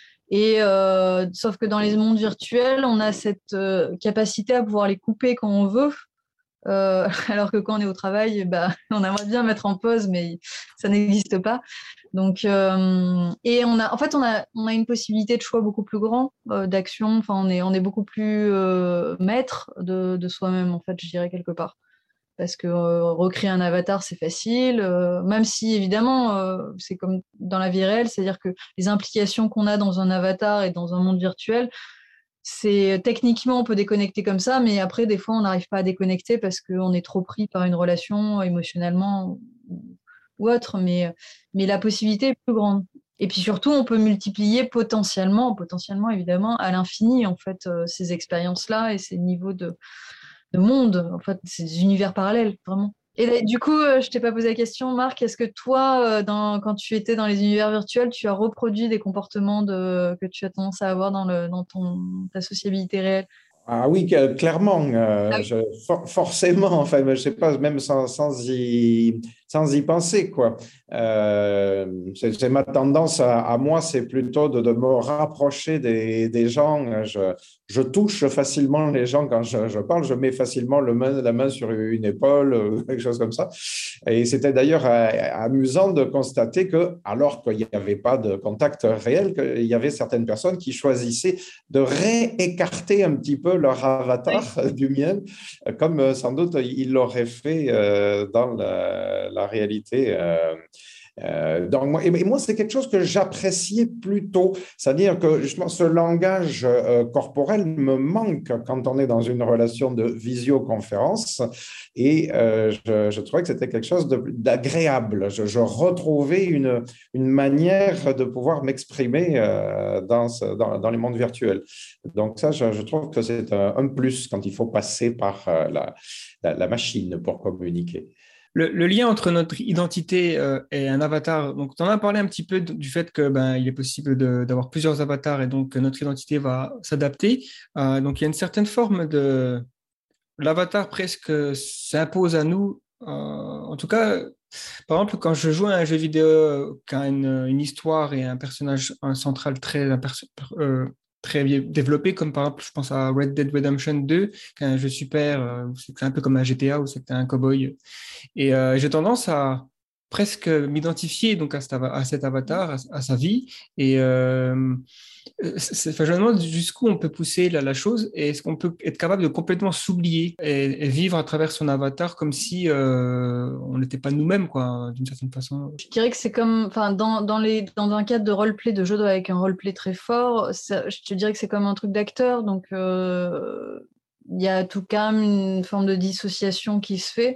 Et euh, sauf que dans les mondes virtuels, on a cette euh, capacité à pouvoir les couper quand on veut, euh, alors que quand on est au travail, bah, on aimerait bien mettre en pause, mais ça n'existe pas. Donc, euh, et on a, en fait, on a, on a une possibilité de choix beaucoup plus grand, euh, d'action. Enfin, on est, on est beaucoup plus euh, maître de, de soi-même, en fait, je dirais quelque part. Parce que euh, recréer un avatar, c'est facile, euh, même si évidemment, euh, c'est comme dans la vie réelle, c'est-à-dire que les implications qu'on a dans un avatar et dans un monde virtuel, c'est techniquement, on peut déconnecter comme ça, mais après, des fois, on n'arrive pas à déconnecter parce qu'on est trop pris par une relation émotionnellement ou autre, mais, mais la possibilité est plus grande. Et puis surtout, on peut multiplier potentiellement, potentiellement évidemment, à l'infini, en fait, euh, ces expériences-là et ces niveaux de de monde, en fait, c'est des univers parallèles, vraiment. Et du coup, euh, je t'ai pas posé la question, Marc, est-ce que toi, euh, dans, quand tu étais dans les univers virtuels, tu as reproduit des comportements de, que tu as tendance à avoir dans, le, dans ton, ta sociabilité réelle? Ah oui, clairement, euh, Ah oui. je, for forcément, enfin, je sais pas, même sans, sans, y, sans y penser, quoi. Euh, c'est ma tendance à, à moi, c'est plutôt de, de me rapprocher des, des gens. Je, je touche facilement les gens quand je, je parle, je mets facilement le main, la main sur une épaule, quelque chose comme ça. Et c'était d'ailleurs amusant de constater que, alors qu'il n'y avait pas de contact réel, qu'il y avait certaines personnes qui choisissaient de réécarter un petit peu leur avatar oui. du mien, comme sans doute ils l'auraient fait dans la, la réalité. Euh, donc moi, et moi, c'est quelque chose que j'appréciais plutôt, c'est-à-dire que justement ce langage euh, corporel me manque quand on est dans une relation de visioconférence et euh, je, je trouvais que c'était quelque chose d'agréable. Je, je retrouvais une, une manière de pouvoir m'exprimer euh, dans, dans, dans les mondes virtuels. Donc ça, je, je trouve que c'est un, un plus quand il faut passer par euh, la, la, la machine pour communiquer. Le, le lien entre notre identité euh, et un avatar, donc tu en as parlé un petit peu du fait que ben, il est possible d'avoir plusieurs avatars et donc que notre identité va s'adapter. Euh, donc il y a une certaine forme de, l'avatar presque s'impose à nous. Euh, en tout cas, par exemple, quand je joue à un jeu vidéo qui a une, une histoire et un personnage un central très, euh, très bien développé, comme par exemple, je pense à Red Dead Redemption deux, qui est un jeu super, euh, c'est un peu comme un G T A où c'est un cowboy. Et euh, j'ai tendance à presque m'identifier donc à cet, ava- à cet avatar, à, à sa vie. Et euh, c'est- enfin, je me demande jusqu'où on peut pousser la, la chose et est-ce qu'on peut être capable de complètement s'oublier et, et vivre à travers son avatar comme si euh, on n'était pas nous-mêmes, quoi, d'une certaine façon. Je dirais que c'est comme, enfin, dans, dans, les, dans un cadre de roleplay, de jeu avec un roleplay très fort, ça, je te dirais que c'est comme un truc d'acteur, donc euh, il y a tout quand même une forme de dissociation qui se fait.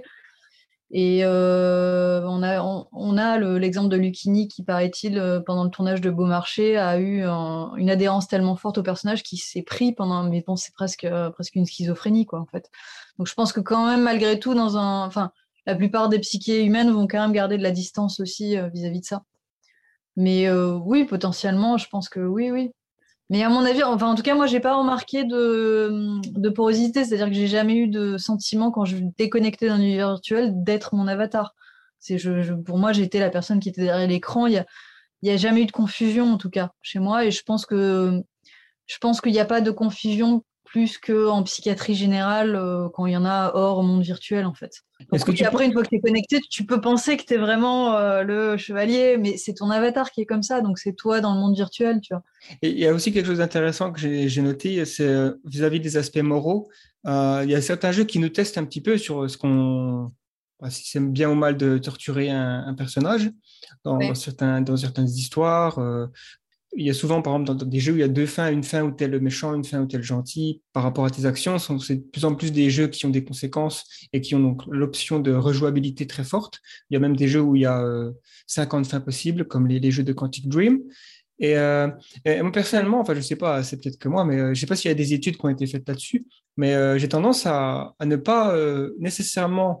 Et euh, on a, on, on a le, l'exemple de Lucchini qui, paraît-il, euh, pendant le tournage de Beaumarchais, a eu un, une adhérence tellement forte au personnage qu'il s'est pris pendant. Mais bon, c'est presque, euh, presque une schizophrénie, quoi, en fait. Donc je pense que quand même, malgré tout, dans un, enfin, la plupart des psychés humaines vont quand même garder de la distance aussi euh, vis-à-vis de ça. Mais euh, oui, potentiellement, je pense que oui, oui. Mais à mon avis, enfin en tout cas, moi, j'ai pas remarqué de, de porosité, c'est-à-dire que j'ai jamais eu de sentiment quand je déconnectais d'un univers virtuel d'être mon avatar. C'est, je, je- pour moi, j'étais la personne qui était derrière l'écran. Il y a, il y a jamais eu de confusion en tout cas chez moi, et je pense que je pense qu'il n'y a pas de confusion plus qu'en psychiatrie générale euh, quand il y en a hors monde virtuel en fait. Est-ce Donc que oui, tu peux... après, une fois que tu es connecté, tu peux penser que tu es vraiment euh, le chevalier, mais c'est ton avatar qui est comme ça, donc c'est toi dans le monde virtuel, tu vois. Et il y a aussi quelque chose d'intéressant que j'ai j'ai noté, c'est euh, vis-à-vis des aspects moraux. Euh, il y a certains jeux qui nous testent un petit peu sur ce qu'on, bah, si c'est bien ou mal de torturer un, un personnage dans, dans Ouais. certains, dans certaines histoires. Euh, il y a souvent, par exemple, dans, dans des jeux où il y a deux fins, une fin où tu es le méchant, une fin où tu es le gentil, par rapport à tes actions. sont- C'est de plus en plus des jeux qui ont des conséquences et qui ont donc l'option de rejouabilité très forte. Il y a même des jeux où il y a euh, cinquante fins possibles, comme les, les jeux de Quantic Dream. Et, euh, et moi, personnellement, enfin, je sais pas, c'est peut-être que moi, mais euh, je sais pas s'il y a des études qui ont été faites là-dessus, mais euh, j'ai tendance à, à ne pas euh, nécessairement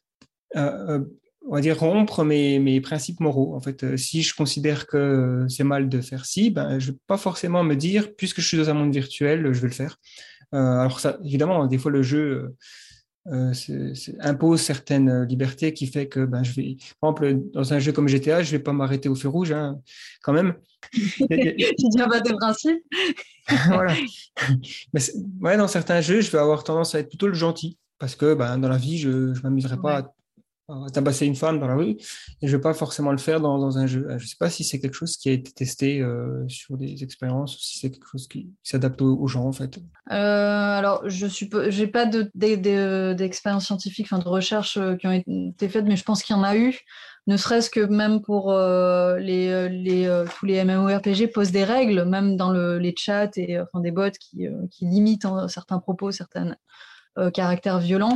euh, euh, on va dire, rompre mes, mes principes moraux. En fait, euh, si je considère que c'est mal de faire ci, ben, je ne vais pas forcément me dire, puisque je suis dans un monde virtuel, je vais le faire. Euh, alors ça, évidemment, des fois, le jeu euh, c'est- c'est- impose certaines libertés qui fait que, ben, je vais, par exemple, dans un jeu comme G T A, je ne vais pas m'arrêter au feu rouge, hein, quand même. Il y a- il y a- Tu tiens pas tes principes. voilà. Mais c'est- ouais, dans certains jeux, je vais avoir tendance à être plutôt le gentil, parce que ben, dans la vie, je ne m'amuserai pas Ouais. à à tabasser une femme dans la rue, et je ne vais pas forcément le faire dans, dans un jeu. Je ne sais pas si c'est quelque chose qui a été testé euh, sur des expériences, ou si c'est quelque chose qui, qui s'adapte aux, aux gens, en fait. Euh, alors, je suis, j'ai pas de, de- de- d'expériences scientifiques, enfin de recherches euh, qui ont été faites, mais je pense qu'il y en a eu. Ne serait-ce que même pour euh, les, euh, les, euh, tous les MMORPG posent des règles, même dans le, les chats et euh, enfin des bots qui, euh, qui limitent hein, certains propos, certains euh, caractères violents.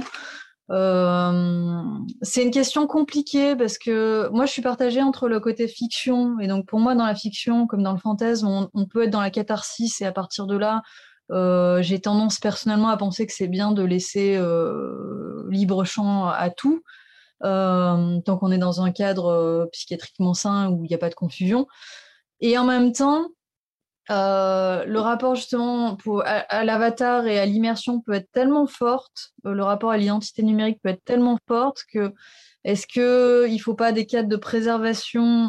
Euh, c'est une question compliquée parce que moi je suis partagée entre le côté fiction et donc pour moi dans la fiction comme dans le fantasme on, on peut être dans la catharsis et à partir de là euh, j'ai tendance personnellement à penser que c'est bien de laisser euh, libre champ à tout euh, tant qu'on est dans un cadre euh, psychiatriquement sain où il n'y a pas de confusion et en même temps euh, le rapport justement pour, à, à l'avatar et à l'immersion peut être tellement forte, euh, le rapport à l'identité numérique peut être tellement forte que est-ce que il faut pas des cadres de préservation,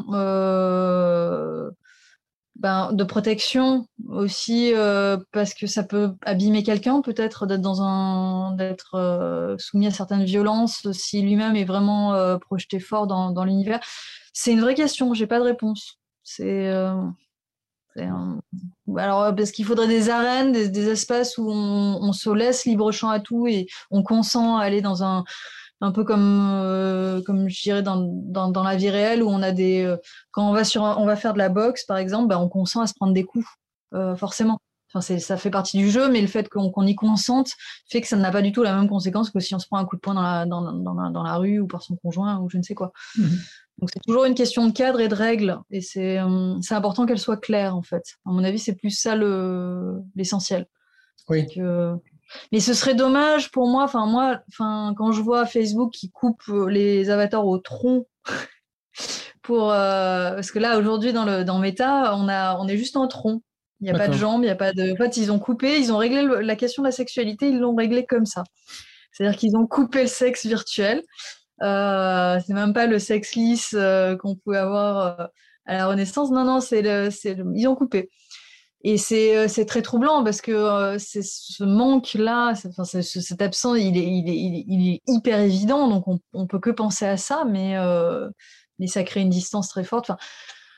euh, ben, de protection aussi euh, parce que ça peut abîmer quelqu'un peut-être d'être dans un d'être euh, soumis à certaines violences si lui-même est vraiment euh, projeté fort dans, dans l'univers. C'est une vraie question, j'ai pas de réponse. C'est euh, un... Alors, parce qu'il faudrait des arènes, des, des espaces où on, on se laisse libre champ à tout et on consent à aller dans un, un peu comme, euh, comme je dirais dans, dans, dans la vie réelle où on a des, euh, quand on va sur, un, on va faire de la boxe par exemple, ben on consent à se prendre des coups, euh, forcément. Enfin, c'est, ça fait partie du jeu, mais le fait qu'on, qu'on y consente fait que ça n'a pas du tout la même conséquence que si on se prend un coup de poing dans la, dans, dans la, dans la rue ou par son conjoint ou je ne sais quoi. Mhm. Donc c'est toujours une question de cadre et de règles, et c'est euh, c'est important qu'elles soient claires en fait. À mon avis, c'est plus ça le l'essentiel. C'est Oui. que... Mais ce serait dommage pour moi. Enfin moi, enfin quand je vois Facebook qui coupe les avatars au tronc pour euh, parce que là aujourd'hui dans le dans Meta, on a on est juste en tronc. Il n'y a pas de D'accord. jambes, il y a pas de. En fait, ils ont coupé, ils ont réglé le- la question de la sexualité, ils l'ont réglé comme ça. C'est-à-dire qu'ils ont coupé le sexe virtuel. Euh, c'est même pas le sexe lisse euh, qu'on pouvait avoir euh, à la Renaissance. Non, non, c'est le, c'est le, ils ont coupé. Et c'est, c'est très troublant parce que euh, c'est ce manque-là, c'est, enfin, c'est, cet absent, il est, il, est, il, est, il est hyper évident, donc on, on peut que penser à ça, mais, euh, mais ça crée une distance très forte. Enfin,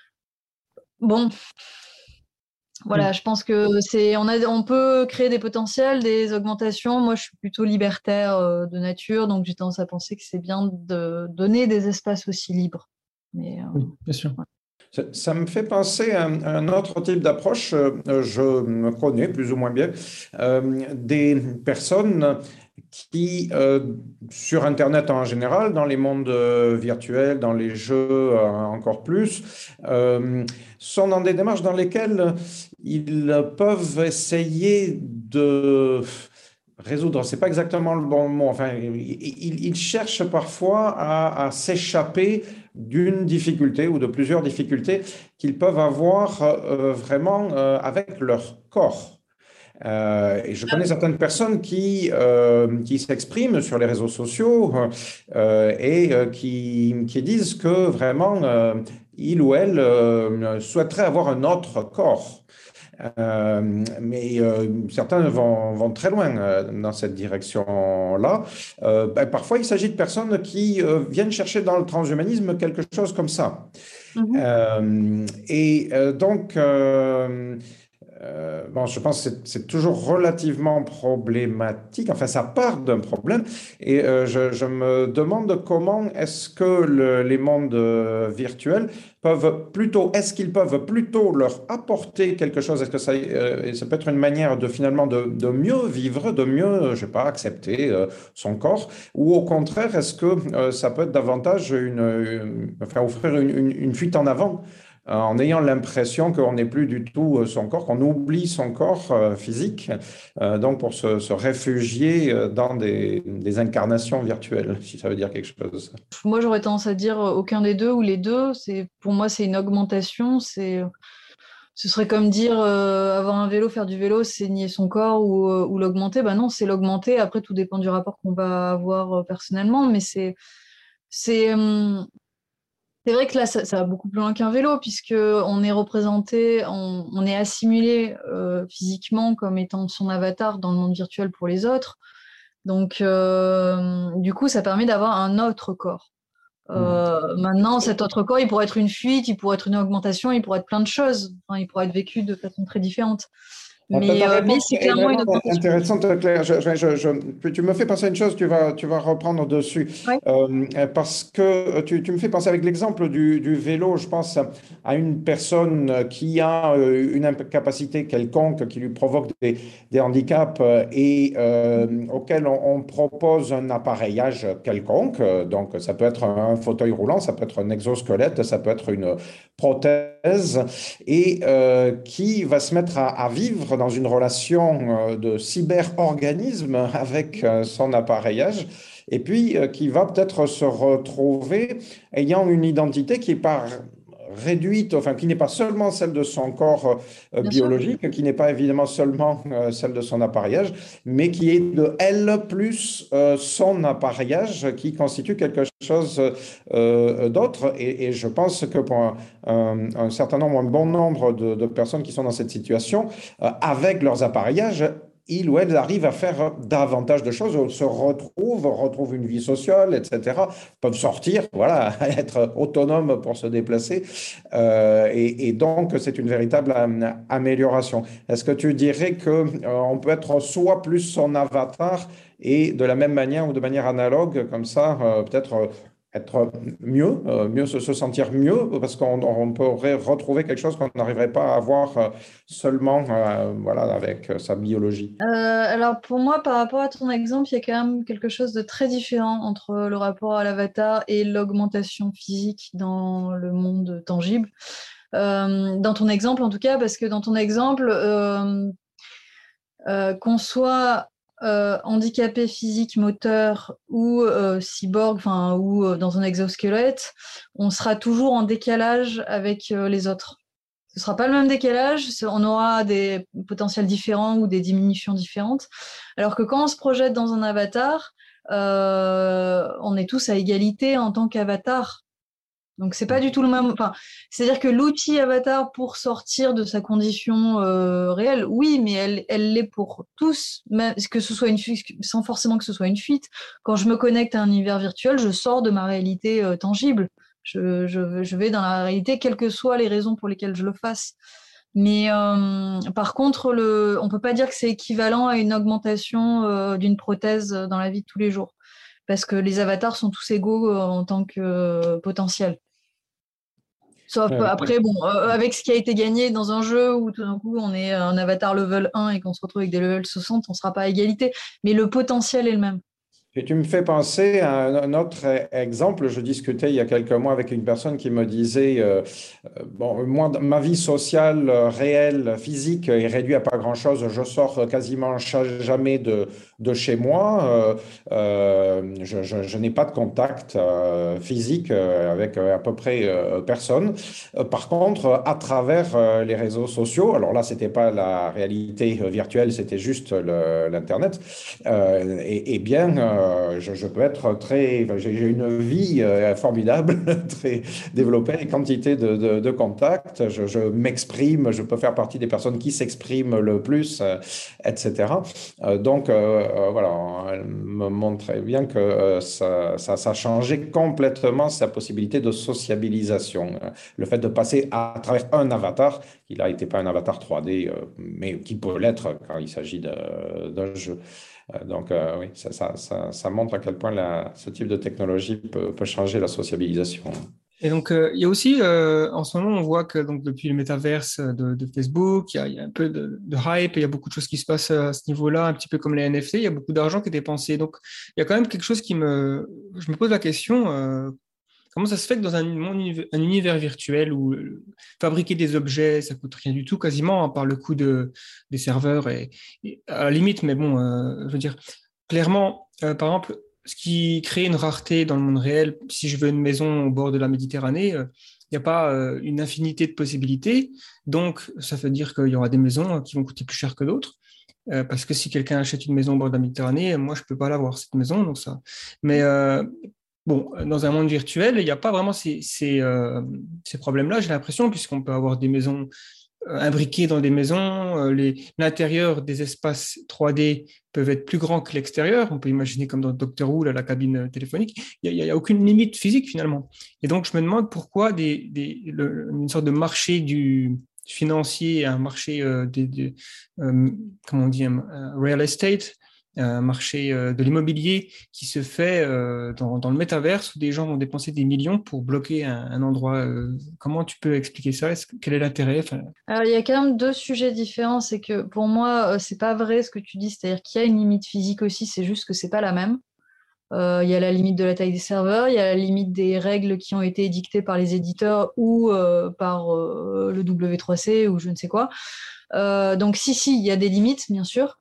bon, voilà, Mm. je pense que c'est, on a, on peut créer des potentiels, des augmentations. Moi, je suis plutôt libertaire euh, de nature, donc j'ai tendance à penser que c'est bien de donner des espaces aussi libres. Mais, euh, Oui, bien sûr. voilà. Ça, ça me fait penser à un, un autre type d'approche. Euh, Je me connais plus ou moins bien euh, des personnes qui, euh, sur Internet en général, dans les mondes euh, virtuels, dans les jeux euh, encore plus, euh, sont dans des démarches dans lesquelles ils peuvent essayer de résoudre, c'est pas exactement le bon mot, enfin, ils, ils cherchent parfois à, à s'échapper d'une difficulté ou de plusieurs difficultés qu'ils peuvent avoir euh, vraiment euh, avec leur corps. Euh, et je connais certaines personnes qui, euh, qui s'expriment sur les réseaux sociaux euh, et euh, qui, qui disent que vraiment, euh, il ou elle euh, souhaiterait avoir un autre corps. Euh, mais euh, certains vont, vont très loin euh, dans cette direction-là. Euh, ben, parfois, il s'agit de personnes qui euh, viennent chercher dans le transhumanisme quelque chose comme ça. Mhm. Euh, et euh, donc, euh, euh, bon, je pense que c'est c'est toujours relativement problématique. Enfin, ça part d'un problème. Et euh, je, je me demande comment est-ce que le- les mondes euh, virtuels peuvent plutôt, est-ce qu'ils peuvent plutôt leur apporter quelque chose? Est-ce que ça, euh, ça peut être une manière de finalement de, de mieux vivre, de mieux, je sais pas, accepter euh, son corps? Ou au contraire, est-ce que euh, ça peut être davantage une, une- enfin, offrir une, une- une fuite en avant? euh, En ayant l'impression qu'on n'est plus du tout euh, son corps, qu'on oublie son corps euh, physique, euh, donc pour se, se réfugier euh, dans des, des incarnations virtuelles, si ça veut dire quelque chose. Moi, j'aurais tendance à dire euh, aucun des deux ou les deux. C'est, pour moi, c'est une augmentation. C'est, ce serait comme dire euh, avoir un vélo, faire du vélo, c'est nier son corps ou, euh, ou l'augmenter. Ben non, c'est l'augmenter. Après, tout dépend du rapport qu'on va avoir euh, personnellement, mais c'est, c'est, hum, c'est vrai que là, ça, ça va beaucoup plus loin qu'un vélo, puisque on est représenté, on, on est assimilé euh, physiquement comme étant son avatar dans le monde virtuel pour les autres. Donc, euh, du coup, ça permet d'avoir un autre corps. Mm. Euh, maintenant, cet autre corps, il pourrait être une fuite, il pourrait être une augmentation, il pourrait être plein de choses. Enfin, il pourrait être vécu de façon très différente. Ah, Ta Mais, ta euh, mais réponse c'est est clairement une vraiment augmentation. intéressante, Claire. Je- je- je- je- tu me fais penser à une chose, tu vas, tu vas reprendre dessus. Ouais. Euh, parce que tu, tu me fais penser avec l'exemple du, du vélo, je pense à une personne qui a euh, une incapacité quelconque qui lui provoque des, des handicaps euh, et euh, auquel on, on propose un appareillage quelconque. Donc, ça peut être un fauteuil roulant, ça peut être un exosquelette, ça peut être une prothèse et euh, qui va se mettre à, à vivre dans une relation euh, de cyber-organisme avec euh, son appareillage, et puis euh, qui va peut-être se retrouver ayant une identité qui est par réduite, enfin qui n'est pas seulement celle de son corps euh, Bien sûr. biologique, qui n'est pas évidemment seulement euh, celle de son appareillage, mais qui est de elle plus euh, son appareillage qui constitue quelque chose euh, d'autre. Et, et je pense que pour un, un- un certain nombre, un bon nombre de, de personnes qui sont dans cette situation, euh, avec leurs appareillages, ils ou elles arrivent à faire davantage de choses, se retrouvent, retrouvent une vie sociale, et cetera, peuvent sortir, voilà, être autonomes pour se déplacer. Euh, et, et donc, c'est une véritable am- amélioration. Est-ce que tu dirais que, euh, on peut être soit plus son avatar et de la même manière ou de manière analogue, comme ça, euh, peut-être euh, être mieux, euh, mieux se, se sentir mieux, parce qu'on on pourrait retrouver quelque chose qu'on n'arriverait pas à avoir euh, seulement euh, voilà, avec euh, sa biologie. Euh, alors pour moi, par rapport à ton exemple, il y a quand même quelque chose de très différent entre le rapport à l'avatar et l'augmentation physique dans le monde tangible. Euh, dans ton exemple, en tout cas, parce que dans ton exemple, euh, euh, qu'on soit euh, handicapé physique, moteur ou euh, cyborg, enfin ou euh, dans un exosquelette, on sera toujours en décalage avec euh, les autres. Ce sera pas le même décalage, on aura des potentiels différents ou des diminutions différentes. Alors que quand on se projette dans un avatar, euh, on est tous à égalité en tant qu'avatar. Donc c'est pas du tout le même. Enfin, c'est-à-dire que l'outil avatar pour sortir de sa condition euh, réelle, oui, mais elle, elle l'est pour tous, même que ce soit une fuite, sans forcément que ce soit une fuite. Quand je me connecte à un univers virtuel, je sors de ma réalité euh, tangible. Je, je, je vais dans la réalité, quelles que soient les raisons pour lesquelles je le fasse. Mais euh, par contre, le, on peut pas dire que c'est équivalent à une augmentation euh, d'une prothèse dans la vie de tous les jours, parce que les avatars sont tous égaux euh, en tant que euh, potentiel. Sauf Euh, après, bon, euh, avec ce qui a été gagné dans un jeu où tout d'un coup on est un avatar level un et qu'on se retrouve avec des levels soixante, on sera pas à égalité, mais le potentiel est le même. Et tu me fais penser à un, un autre e- exemple. Je discutais il y a quelques mois avec une personne qui me disait, euh, euh, bon, moi, ma vie sociale, euh, réelle, physique est réduite à pas grand-chose. Je sors quasiment cha- jamais de, de chez moi. Euh, euh, je, je- je n'ai pas de contact euh, physique euh, avec euh, à peu près euh, personne. Euh, par contre, à travers euh, les réseaux sociaux, alors là, c'était pas la réalité euh, virtuelle, c'était juste le- l'Internet. Euh, et, et bien, euh, je, je peux être très, enfin, j'ai j'ai une vie euh, formidable, très développée, une quantité de, de, de contacts. Je, je m'exprime, je peux faire partie des personnes qui s'expriment le plus, euh, et cetera. Euh, donc, euh, euh, voilà, elle me montre très bien que euh, ça, ça, ça a changé complètement sa possibilité de sociabilisation. Le fait de passer à travers un avatar, qui là n'était pas un avatar trois D, euh, mais qui peut l'être quand il s'agit de- d'un jeu. Euh, Donc, euh, oui, ça, ça, ça, ça montre à quel point la- ce type de technologie peut, peut changer la sociabilisation. Et donc, euh, il y a aussi, euh, en ce moment, on voit que donc, depuis le métaverse de, de Facebook, il y a, il y a un peu de, de hype, et il y a beaucoup de choses qui se passent à ce niveau-là, un petit peu comme les N F T, il y a beaucoup d'argent qui est dépensé. Donc, il y a quand même quelque chose qui me... Je me pose la question, euh, comment ça se fait que dans un, monde univ- un univers virtuel où euh, fabriquer des objets, ça coûte rien du tout, quasiment, à part le coût de, des serveurs, et, et à la limite, mais bon, euh, je veux dire, clairement, euh, par exemple, ce qui crée une rareté dans le monde réel, si je veux une maison au bord de la Méditerranée, euh, il n'y a pas euh, une infinité de possibilités. Donc, ça veut dire qu'il y aura des maisons qui vont coûter plus cher que d'autres. Euh, parce que si quelqu'un achète une maison au bord de la Méditerranée, moi, je ne peux pas l'avoir, cette maison. Donc ça. Mais euh, bon, dans un monde virtuel, il n'y a pas vraiment ces, ces, euh, ces problèmes-là, j'ai l'impression, puisqu'on peut avoir des maisons euh, imbriqués dans des maisons. Euh, les- l'intérieur des espaces trois D peuvent être plus grands que l'extérieur. On peut imaginer comme dans Doctor Who, là, la cabine euh, téléphonique. Il n'y a, a, aucune limite physique finalement. Et donc, je me demande pourquoi des, des, le, une sorte de marché du financier, un marché euh, des, des, euh, comment on dit, un, un real estate, un marché euh, de l'immobilier qui se fait euh, dans, dans le métaverse où des gens vont dépenser des millions pour bloquer un, un endroit. Euh, comment tu peux expliquer ça? Est-ce que, quel est l'intérêt? Enfin, Alors, il y a quand même deux sujets différents. C'est que pour moi, euh, c'est pas vrai ce que tu dis, c'est-à-dire qu'il y a une limite physique aussi, c'est juste que c'est pas la même. Euh, il y a la limite de la taille des serveurs, il y a la limite des règles qui ont été édictées par les éditeurs ou euh, par euh, le W trois C ou je ne sais quoi. Euh, donc si, si, il y a des limites, bien sûr.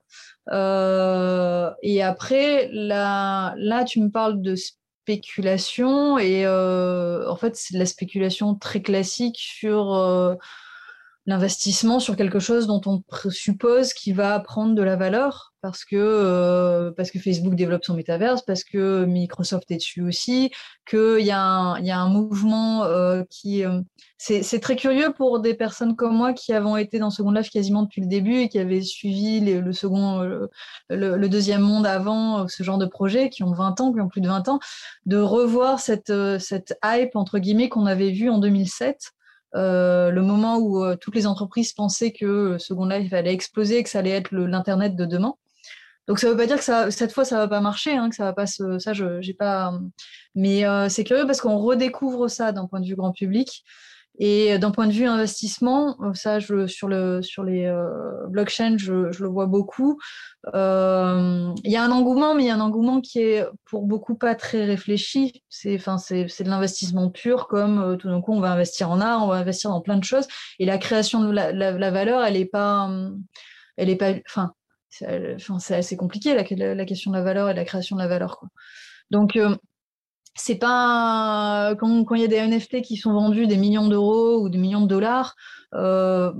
Euh, et après, là, là, tu me parles de spéculation et euh, en fait, c'est de la spéculation très classique sur euh, l'investissement sur quelque chose dont on suppose qu'il va prendre de la valeur parce que, euh, parce que Facebook développe son métaverse, parce que Microsoft est dessus aussi, qu'il y a un, il y a un mouvement euh, qui... Euh, c'est, c'est très curieux pour des personnes comme moi qui avons été dans Second Life quasiment depuis le début et qui avaient suivi les, le second, le, le, le deuxième monde avant, ce genre de projet, qui ont vingt ans, qui ont plus de vingt ans, de revoir cette, cette hype, entre guillemets, qu'on avait vue en deux mille sept. Euh, le moment où euh, toutes les entreprises pensaient que Second Life allait exploser, que ça allait être le, l'internet de demain. Donc ça veut pas dire que ça, cette fois ça va pas marcher, hein, que ça va pas se, ça je, j'ai pas. Mais euh, c'est curieux parce qu'on redécouvre ça d'un point de vue grand public et d'un point de vue investissement, ça je, sur le sur les euh, blockchains je, je le vois beaucoup. Euh, Il y a un engouement, mais il y a un engouement qui est pour beaucoup pas très réfléchi. C'est, enfin, c'est, c'est de l'investissement pur, comme euh, tout d'un coup on va investir en art, on va investir dans plein de choses, et la création de la, la, la valeur, elle est pas, elle est pas, enfin, c'est, enfin, c'est assez compliqué la, la question de la valeur et de la création de la valeur, quoi. Donc euh, c'est pas quand quand il y a des N F T qui sont vendus des millions d'euros ou des millions de dollars. Euh,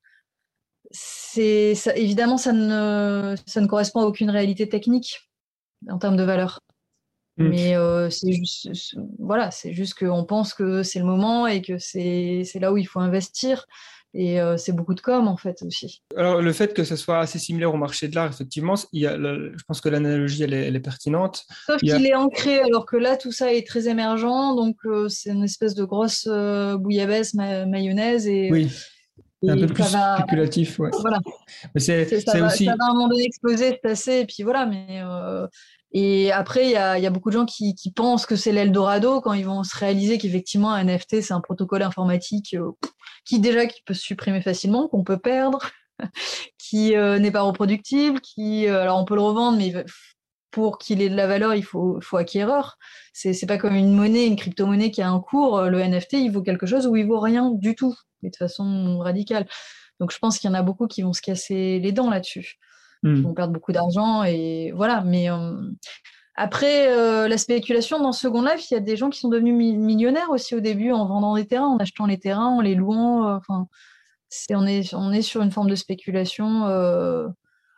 c'est ça, évidemment ça ne ça ne correspond à aucune réalité technique. en termes de valeur. Mm. Mais euh, c'est juste, c'est- voilà, c'est juste qu'on pense que c'est le moment et que c'est, c'est là où il faut investir. Et euh, c'est beaucoup de com, en fait, aussi. Alors, le fait que ce soit assez similaire au marché de l'art, effectivement, il y a le- je pense que l'analogie, elle est, elle est pertinente. Sauf Il y a, qu'il est ancré, alors que là, tout ça est très émergent. Donc, euh, c'est une espèce de grosse euh, bouillabaisse ma- mayonnaise. Et, oui, un peu et plus ça va, spéculatif, ouais. voilà, Mais c'est, c'est, ça c'est va, ça aussi, va à un moment donné exploser, se tasser. Et puis voilà. Mais, euh, et après, il y a, il y a beaucoup de gens qui, qui pensent que c'est l'Eldorado quand ils vont se réaliser qu'effectivement, un N F T, c'est un protocole informatique euh, qui, déjà, qui peut se supprimer facilement, qu'on peut perdre, qui euh, n'est pas reproductible, qui, euh, alors on peut le revendre, mais il va- pour qu'il ait de la valeur, il faut, faut acquéreur. C'est, c'est pas comme une monnaie, une crypto-monnaie qui a un cours. Le N F T, il vaut quelque chose ou il vaut rien du tout, mais de façon radicale. Donc je pense qu'il y en a beaucoup qui vont se casser les dents là-dessus, qui vont hmm. perdre beaucoup d'argent et voilà. Mais euh, après, euh, la spéculation dans Second Life, il y a des gens qui sont devenus mi- millionnaires aussi au début en vendant des terrains, en achetant les terrains, en les louant. euh, Enfin, c'est, on est, on est sur une forme de spéculation. Euh,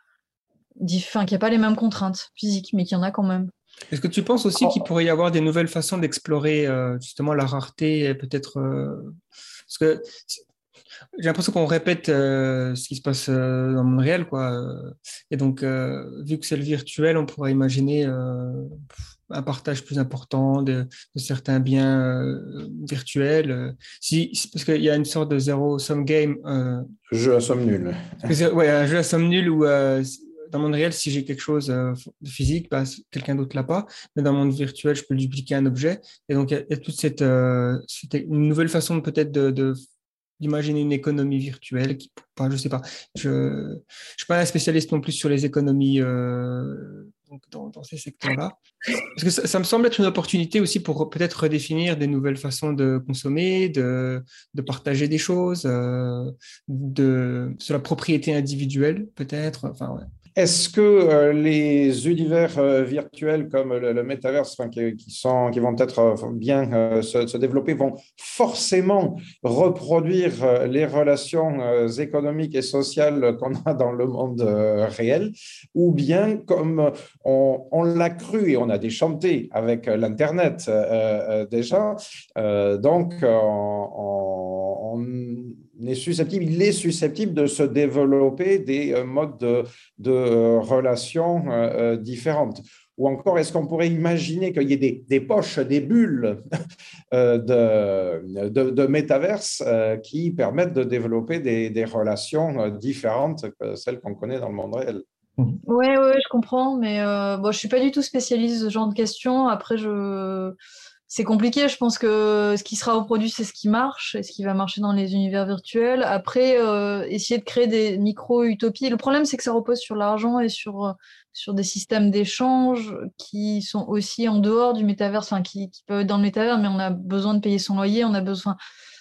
dif- enfin, qui n'a pas les mêmes contraintes physiques, mais qui en a quand même. Est-ce que tu penses aussi qu'il Oh, pourrait y avoir des nouvelles façons d'explorer euh, justement la rareté, et peut-être euh, parce que c'est- j'ai l'impression qu'on répète euh, ce qui se passe euh, dans le monde réel, quoi. Euh, Et donc, euh, vu que c'est le virtuel, on pourrait imaginer euh, un partage plus important de, de certains biens euh, virtuels. euh. Si, si- parce qu'il y a une sorte de zéro-sum game. Euh, jeu à somme nulle. parce que c'est- ouais, un jeu à somme nulle où euh, dans le monde réel, si j'ai quelque chose euh, de physique, bah, quelqu'un d'autre l'a pas. Mais dans le monde virtuel, je peux dupliquer un objet. Et donc, il y a, il y a toute cette, euh, cette- une nouvelle façon de, peut-être de, de- d'imaginer une économie virtuelle. Qui, enfin, je sais pas. Je ne suis pas un spécialiste non plus sur les économies euh, donc dans, dans ces secteurs-là. Parce que ça, ça me semble être une opportunité aussi pour peut-être redéfinir des nouvelles façons de consommer, de, de partager des choses, euh, de, sur la propriété individuelle, peut-être. Enfin, ouais. Est-ce que euh, les univers euh, virtuels comme le, le metaverse, enfin, qui, qui sont, qui vont être euh, bien euh, se, se développer, vont forcément reproduire euh, les relations euh, économiques et sociales qu'on a dans le monde euh, réel, ou bien comme on, on l'a cru et on a déchanté avec euh, l'Internet euh, euh, déjà, euh, donc on, on est susceptible, il est susceptible de se développer des euh, modes de de euh, relations euh, différentes. Ou encore, est-ce qu'on pourrait imaginer qu'il y ait des, des poches, des bulles euh, de, de, de métaverse euh, qui permettent de développer des, des relations euh, différentes que celles qu'on connaît dans le monde réel? Ouais, ouais, je comprends, mais euh, bon, je suis pas du tout spécialiste de ce genre de questions. Après, je... c'est compliqué. Je pense que ce qui sera reproduit, c'est ce qui marche et ce qui va marcher dans les univers virtuels. Après, euh, essayer de créer des micro-utopies. Le problème, c'est que ça repose sur l'argent et sur, euh, sur des systèmes d'échange qui sont aussi en dehors du métavers, enfin, qui, qui peuvent être dans le métavers, mais on a besoin de payer son loyer, on a besoin.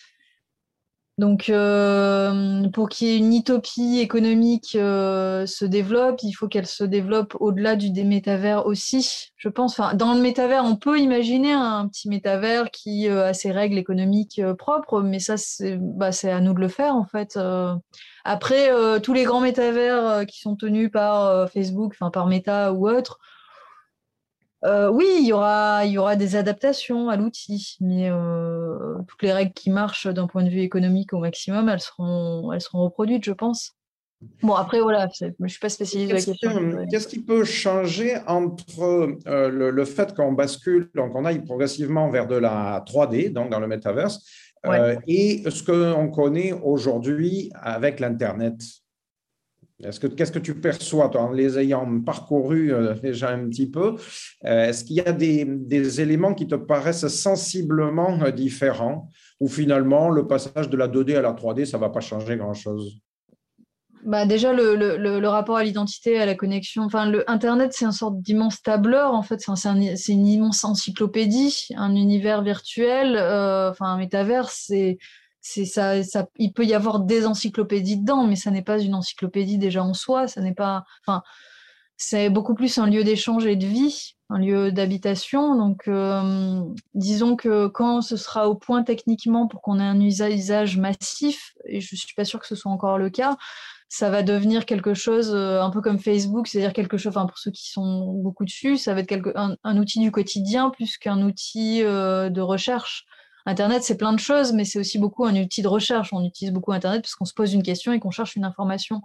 Donc, euh, pour qu'il y ait une utopie économique euh, se développe, il faut qu'elle se développe au-delà du des métavers aussi, je pense. Enfin, dans le métavers, on peut imaginer un petit métavers qui euh, a ses règles économiques euh, propres, mais ça, c'est bah, c'est à nous de le faire, en fait. Euh, après, euh, tous les grands métavers euh, qui sont tenus par euh, Facebook, enfin par Meta ou autre, euh, oui, il y aura, il y aura des adaptations à l'outil, mais euh, toutes les règles qui marchent d'un point de vue économique au maximum, elles seront, elles seront reproduites, je pense. Bon, après, voilà, c'est- je ne suis pas spécialiste de la Qu'est-ce question. qui, qu'est-ce qui peut changer entre euh, le, le fait qu'on bascule, donc on aille progressivement vers de la trois D, donc dans le metaverse, Ouais. euh, et ce qu'on connaît aujourd'hui avec l'Internet? Est-ce que, qu'est-ce que tu perçois, toi, en les ayant parcourus euh, déjà un petit peu? Euh, est-ce qu'il y a des, des éléments qui te paraissent sensiblement euh, différents, ou finalement, le passage de la deux D à la trois D, ça ne va pas changer grand-chose? Bah déjà, le, le, le, le rapport à l'identité, à la connexion, enfin, le Internet, c'est une sorte d'immense tableur, en fait, c'est un- c'est un- c'est une immense encyclopédie, un univers virtuel, euh, enfin, un métavers, c'est, c'est ça, ça, il peut y avoir des encyclopédies dedans, mais ça n'est pas une encyclopédie déjà en soi, ça n'est pas, enfin, c'est beaucoup plus un lieu d'échange et de vie, un lieu d'habitation. Donc, euh, disons que quand ce sera au point techniquement pour qu'on ait un usage massif, et je ne suis pas sûre que ce soit encore le cas, ça va devenir quelque chose euh, un peu comme Facebook, c'est-à-dire quelque chose, enfin pour ceux qui sont beaucoup dessus, ça va être quelque, un, un outil du quotidien plus qu'un outil euh, de recherche. Internet, c'est plein de choses, mais c'est aussi beaucoup un outil de recherche. On utilise beaucoup Internet parce qu'on se pose une question et qu'on cherche une information.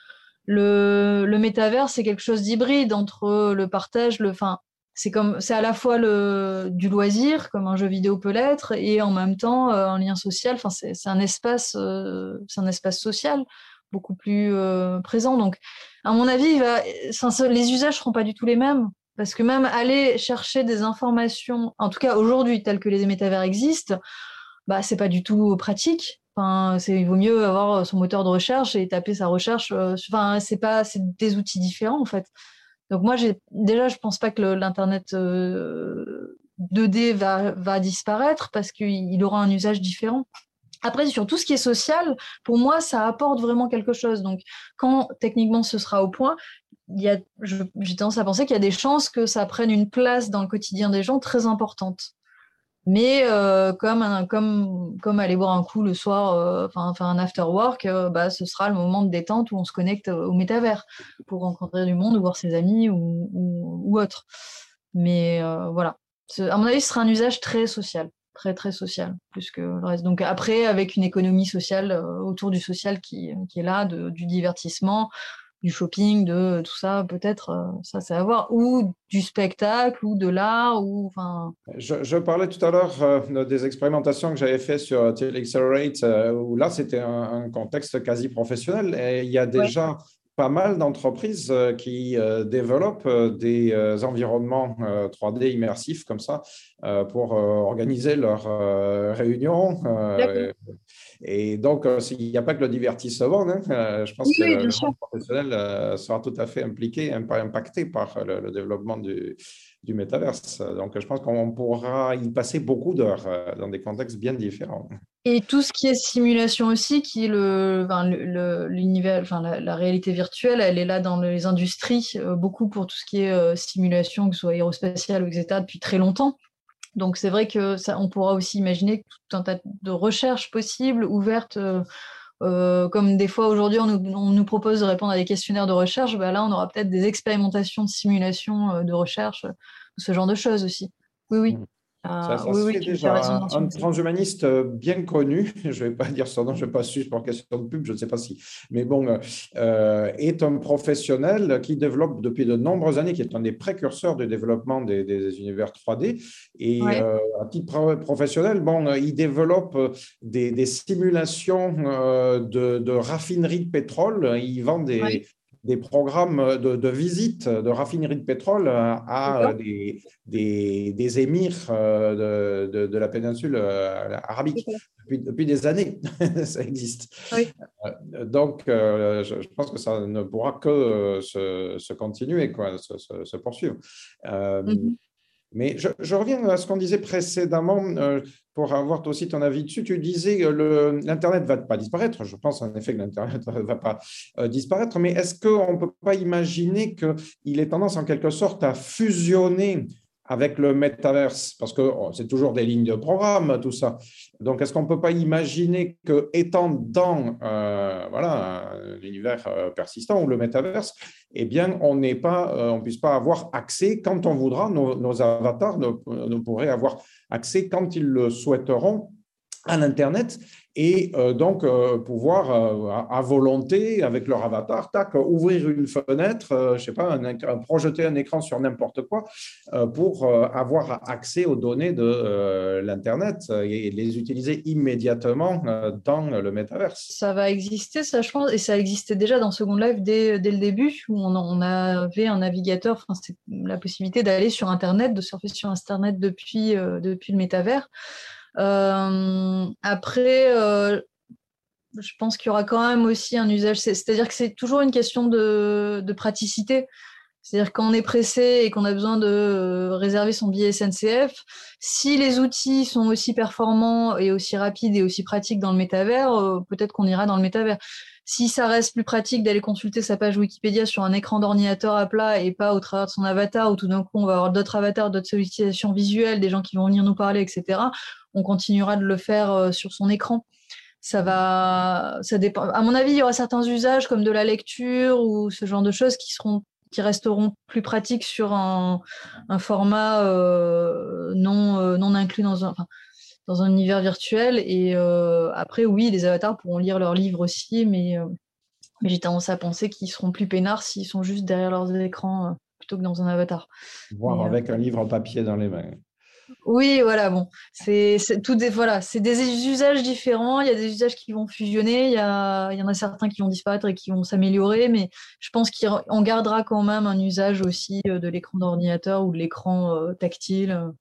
Le, le métavers, c'est quelque chose d'hybride entre le partage, le, enfin, c'est comme, c'est à la fois le, du loisir, comme un jeu vidéo peut l'être, et en même temps euh, un lien social. Enfin, c'est, c'est un espace, euh, c'est un espace social beaucoup plus euh, présent. Donc, à mon avis, il va, les usages seront pas du tout les mêmes, parce que même aller chercher des informations, en tout cas aujourd'hui, telles que les métavers existent, bah c'est pas du tout pratique. Enfin, c'est, il vaut mieux avoir son moteur de recherche et taper sa recherche. Euh, enfin, c'est pas, c'est des outils différents en fait. Donc moi, j'ai déjà, je pense pas que le, l'internet euh, deux D va va disparaître parce qu'il il aura un usage différent. Après, sur tout ce qui est social, pour moi, ça apporte vraiment quelque chose. Donc, quand techniquement ce sera au point, il y a, je, j'ai tendance à penser qu'il y a des chances que ça prenne une place dans le quotidien des gens très importante. Mais euh, comme, un, comme, comme aller boire un coup le soir, euh, enfin faire un after work, euh, bah, ce sera le moment de détente où on se connecte au métavers pour rencontrer du monde ou voir ses amis ou, ou, ou autre. Mais euh, voilà. À mon avis, ce sera un usage très social. Très, très social, plus que le reste. Donc après, avec une économie sociale euh, autour du social qui, qui est là, de, du divertissement, du shopping, de tout ça, peut-être, euh, ça c'est à voir, ou du spectacle, ou de l'art, ou enfin. Je, je parlais tout à l'heure euh, des expérimentations que j'avais faites sur Accelerate, euh, où là c'était un, un contexte quasi professionnel, et il y a déjà ouais. pas mal d'entreprises euh, qui euh, développent euh, des euh, environnements euh, trois D immersifs comme ça euh, pour euh, organiser leurs euh, réunions. Euh, Et donc, euh, il n'y a pas que le divertissement. Hein. Euh, je pense oui, que oui, le monde professionnel euh, sera tout à fait impliqué, impacté par le, le développement du, du métaverse. Donc, je pense qu'on pourra y passer beaucoup d'heures euh, dans des contextes bien différents. Et tout ce qui est simulation aussi, qui est le, enfin, le, le, l'univers, enfin, la, la réalité virtuelle, elle est là dans les industries, euh, beaucoup pour tout ce qui est euh, simulation, que ce soit aérospatiale ou et cetera, depuis très longtemps. Donc c'est vrai que ça, on pourra aussi imaginer tout un tas de recherches possibles, ouvertes, euh, euh, comme des fois aujourd'hui on nous, on nous propose de répondre à des questionnaires de recherche, bah là on aura peut-être des expérimentations de simulation euh, de recherche, euh, ce genre de choses aussi. Oui, oui. Mmh. Euh, Ça, ça oui, se oui, fait tu déjà. as raison de Un, un mentionner ça. transhumaniste bien connu, je ne vais pas dire son nom, je ne vais pas suivre pour question de pub, je ne sais pas si, mais bon, euh, est un professionnel qui développe depuis de nombreuses années, qui est un des précurseurs du développement des, des univers trois D. Et Ouais. euh, à titre professionnel, bon, il développe des, des simulations euh, de, de raffinerie de pétrole. Il vend des, ouais. des programmes de, de visite de raffinerie de pétrole à des, des, des émirs de, de, de la péninsule arabique depuis, depuis des années. Ça existe. Oui. Donc, je, je pense que ça ne pourra que se, se continuer, quoi, se, se, se poursuivre. Euh, mm-hmm. Mais je, je reviens à ce qu'on disait précédemment, euh, pour avoir aussi ton avis dessus. Tu disais que le, l'Internet ne va pas disparaître. Je pense en effet que l'Internet ne va pas euh, disparaître, mais est-ce qu'on ne peut pas imaginer qu'il ait tendance en quelque sorte à fusionner avec le métaverse, parce que oh, c'est toujours des lignes de programme, tout ça. Donc, est-ce qu'on ne peut pas imaginer qu'étant dans euh, voilà, l'univers euh, persistant ou le métaverse, eh bien, on n'est pas, euh, on puisse pas avoir accès quand on voudra, nos, nos avatars ne, ne pourraient avoir accès quand ils le souhaiteront à l'Internet et euh, donc euh, pouvoir euh, à, à volonté avec leur avatar, tac, ouvrir une fenêtre, euh, je sais pas, un, un, projeter un écran sur n'importe quoi euh, pour euh, avoir accès aux données de euh, l'Internet et les utiliser immédiatement euh, dans le métaverse. Ça va exister, ça je pense, et ça existait déjà dans Second Life dès, dès le début où on, on avait un navigateur, enfin, c'est la possibilité d'aller sur Internet, de surfer sur Internet depuis, euh, depuis le métavers. Euh, après, euh, je pense qu'il y aura quand même aussi un usage, c'est, c'est-à-dire que c'est toujours une question de, de praticité. C'est-à-dire quand on est pressé et qu'on a besoin de euh, réserver son billet S N C F, si les outils sont aussi performants et aussi rapides et aussi pratiques dans le métavers, euh, peut-être qu'on ira dans le métavers. si ça reste plus pratique d'aller consulter sa page Wikipédia sur un écran d'ordinateur à plat et pas au travers de son avatar, où tout d'un coup on va avoir d'autres avatars, d'autres sollicitations visuelles, des gens qui vont venir nous parler, et cetera, on continuera de le faire euh, sur son écran. Ça va, ça dépend. À mon avis, il y aura certains usages comme de la lecture ou ce genre de choses qui seront, qui resteront plus pratiques sur un, un format euh, non, euh, non inclus dans un, enfin, dans un univers virtuel. Et euh, après, oui, les avatars pourront lire leurs livres aussi, mais, euh, mais j'ai tendance à penser qu'ils seront plus peinards s'ils sont juste derrière leurs écrans euh, plutôt que dans un avatar. Voire Mais, euh, avec un livre papier dans les mains. Oui, voilà, bon, c'est c'est tout des voilà, c'est des usages différents. Il y a des usages qui vont fusionner, il y a il y en a certains qui vont disparaître et qui vont s'améliorer, mais je pense qu'on gardera quand même un usage aussi euh, de l'écran d'ordinateur ou de l'écran euh, tactile euh,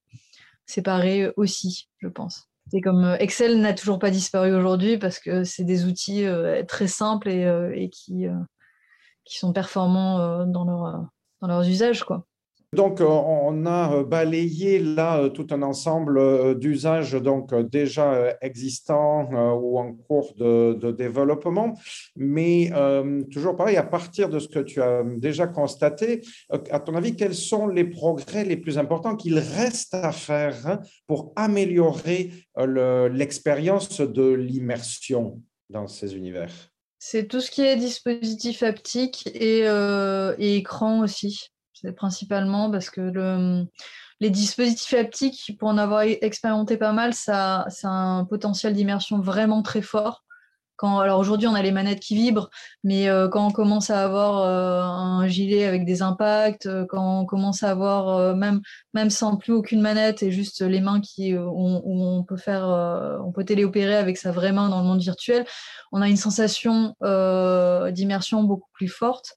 séparé aussi, je pense. C'est comme euh, Excel n'a toujours pas disparu aujourd'hui parce que c'est des outils euh, très simples et, euh, et qui euh, qui sont performants euh, dans leur euh, dans leurs usages, quoi. Donc, on a balayé là tout un ensemble d'usages donc déjà existants ou en cours de, de développement, mais euh, toujours pareil, à partir de ce que tu as déjà constaté, à ton avis, quels sont les progrès les plus importants qu'il reste à faire pour améliorer le, l'expérience de l'immersion dans ces univers? C'est tout ce qui est dispositif haptique et, euh, et écran aussi. C'est principalement parce que le, les dispositifs haptiques, pour en avoir expérimenté pas mal, ça, ça a un potentiel d'immersion vraiment très fort. Quand, alors aujourd'hui, on a les manettes qui vibrent, mais euh, quand on commence à avoir euh, un gilet avec des impacts, euh, quand on commence à avoir, euh, même, même sans plus aucune manette et juste les mains qui, euh, où, où on peut faire, euh, on peut téléopérer avec sa vraie main dans le monde virtuel, on a une sensation euh, d'immersion beaucoup plus forte.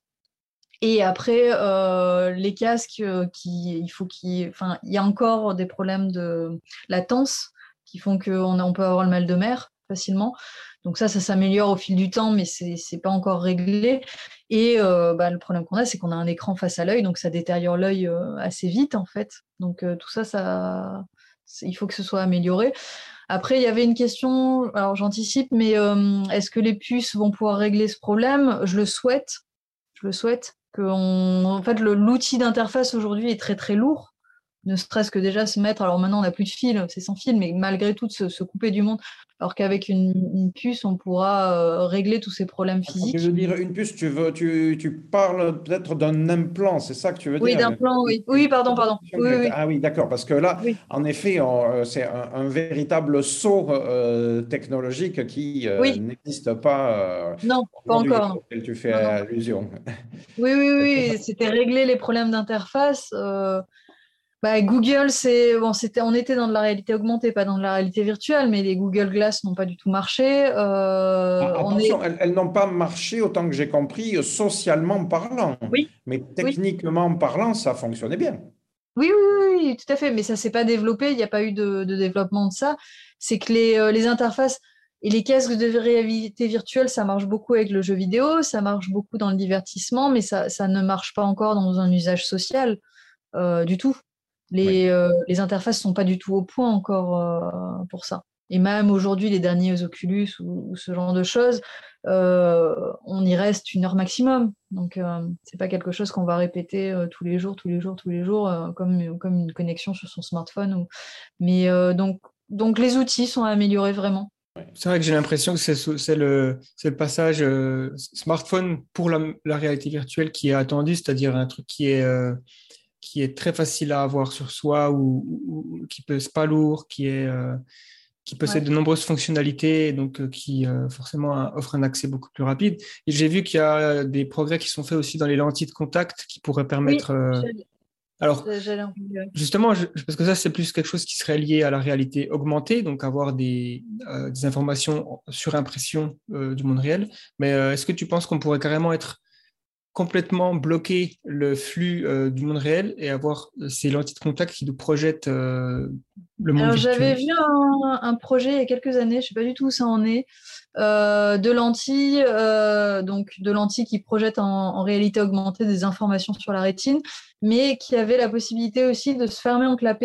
Et après, euh, les casques, euh, qui, il faut qu'il, enfin, il y a encore des problèmes de latence qui font qu'on on peut avoir le mal de mer facilement. Donc ça, ça s'améliore au fil du temps, mais c'est c'est pas encore réglé. Et euh, bah, le problème qu'on a, c'est qu'on a un écran face à l'œil, donc ça détériore l'œil euh, assez vite en fait. Donc euh, tout ça, ça, il faut que ce soit amélioré. Après, il y avait une question, alors j'anticipe, mais euh, est-ce que les puces vont pouvoir régler ce problème? Je le souhaite. Je le souhaite. Que on... En fait, le, l'outil d'interface aujourd'hui est très très lourd. Ne serait-ce que déjà se mettre, alors maintenant on n'a plus de fil, c'est sans fil, mais malgré tout de se, se couper du monde. Alors qu'avec une, une puce, on pourra euh, régler tous ces problèmes Quand tu physiques. veux dire une puce, tu veux, tu, tu parles peut-être d'un implant, c'est ça que tu veux Oui, dire? d'implant, oui. Oui, pardon, pardon. Oui, oui, Ah oui, d'accord, parce que là, oui. en effet, on- c'est un, un véritable saut euh, technologique qui euh, Oui, n'existe pas euh, non, pas aujourd'hui, encore, non. auquel tu fais Non, non. allusion. Oui, oui, oui, c'était régler les problèmes d'interface. Euh, bah, Google, c'est bon, c'était, on était dans de la réalité augmentée, pas dans de la réalité virtuelle, mais les Google Glass n'ont pas du tout marché. Euh, Ah, on est, attention, elles, elles n'ont pas marché, autant que j'ai compris, euh, socialement parlant, oui, mais oui. techniquement parlant, ça fonctionnait bien. Oui, oui, oui, oui, tout à fait, mais ça s'est pas développé, il n'y a pas eu de, de développement de ça. C'est que les, euh, les interfaces et les casques de réalité virtuelle, ça marche beaucoup avec le jeu vidéo, ça marche beaucoup dans le divertissement, mais ça, ça ne marche pas encore dans un usage social euh, du tout. Oui. Les, euh, les interfaces sont pas du tout au point encore euh, pour ça. Et même aujourd'hui, les derniers Oculus ou, ou ce genre de choses, euh, on y reste une heure maximum. Donc, euh, c'est pas quelque chose qu'on va répéter euh, tous les jours, tous les jours, tous les jours, euh, comme, comme une connexion sur son smartphone. Ou... Mais euh, donc, donc, les outils sont améliorés vraiment. C'est vrai que j'ai l'impression que c'est c'est le, c'est le passage euh, smartphone pour la, la réalité virtuelle qui est attendu, c'est-à-dire un truc qui est, euh, qui est très facile à avoir sur soi ou, ou- ou qui pèse pas lourd, qui est, euh, qui possède Ouais. de nombreuses fonctionnalités et donc euh, qui euh, forcément a- offre un accès beaucoup plus rapide. Et j'ai vu qu'il y a des progrès qui sont faits aussi dans les lentilles de contact qui pourraient Oui, permettre. euh, j'allais Alors, j'allais en parler. justement, je- parce que ça, c'est plus quelque chose qui serait lié à la réalité augmentée, donc avoir des, euh, des informations sur impression euh, du monde réel. Mais euh, est-ce que tu penses qu'on pourrait carrément être complètement bloquer le flux euh, du monde réel et avoir euh, ces lentilles de contact qui nous projettent euh, le monde Alors, j'avais virtuel? vu un, un projet il y a quelques années, je sais pas du tout où ça en est, euh, de lentilles, euh, donc de lentilles qui projettent en, en réalité augmentée des informations sur la rétine, mais qui avaient la possibilité aussi de se fermer en clapet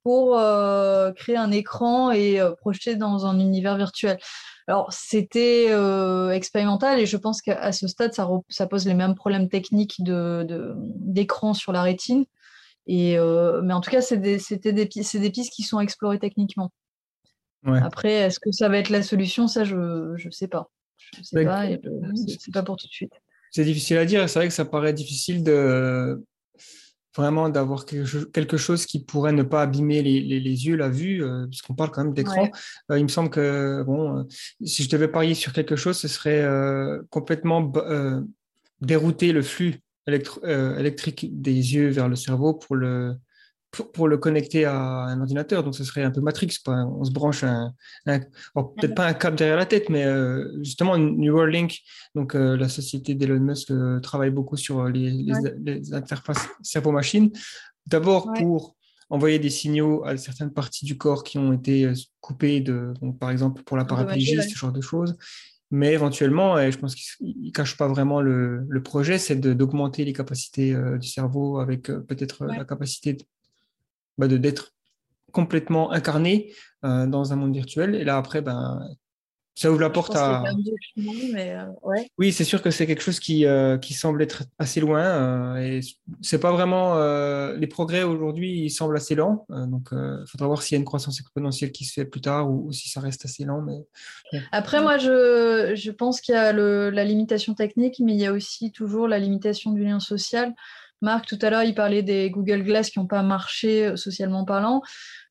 pour euh, créer un écran et euh, projeter dans un univers virtuel. Alors, c'était euh, expérimental et je pense qu'à ce stade, ça, re- ça pose les mêmes problèmes techniques de, de- d'écran sur la rétine. Et, euh, mais en tout cas, c'est des, c'était des, pi- c'est des pistes qui sont explorées techniquement. Ouais. Après, est-ce que ça va être la solution? Ça, je ne sais pas. Je sais Ben, pas et je- c'est c'est pas pour tout de suite. c'est difficile à dire. C'est vrai que ça paraît difficile de vraiment d'avoir quelque cho- quelque chose qui pourrait ne pas abîmer les, les- les yeux, la vue, euh, puisqu'on parle quand même d'écran. Ouais. Euh, il me semble que bon, euh, si je devais parier sur quelque chose, ce serait euh, complètement b- euh, dérouter le flux électro- euh, électrique des yeux vers le cerveau pour le pour, pour le connecter à un ordinateur. Donc, ce serait un peu Matrix, quoi. On se branche un, un- alors, peut-être pas un câble derrière la tête, mais euh, justement, Neuralink, donc euh, la société d'Elon Musk euh, travaille beaucoup sur les, les, Ouais. les interfaces cerveau-machine. D'abord Ouais. pour envoyer des signaux à certaines parties du corps qui ont été euh, coupées, de, donc, par exemple pour la Endommagé, paraplégie, ouais. ce genre de choses. Mais éventuellement, et je pense qu'il ne cache pas vraiment le, le projet, c'est de- d'augmenter les capacités euh, du cerveau avec euh, peut-être euh, Ouais. la capacité de, bah, de- d'être complètement incarné euh, dans un monde virtuel. Et là, après, ben, ça ouvre la Je porte pense qu'il y a quand à... même du chemin, mais euh, ouais. Oui, c'est sûr que c'est quelque chose qui, euh, qui semble être assez loin. Euh, et c'est pas vraiment... euh, les progrès aujourd'hui, ils semblent assez lents. Euh, donc, il faudra voir s'il y a une croissance exponentielle qui se fait plus tard ou, ou si ça reste assez lent. Mais bon. Après, moi, je, je pense qu'il y a le, la limitation technique, mais il y a aussi toujours la limitation du lien social. Marc, tout à l'heure, il parlait des Google Glass qui n'ont pas marché euh, socialement parlant.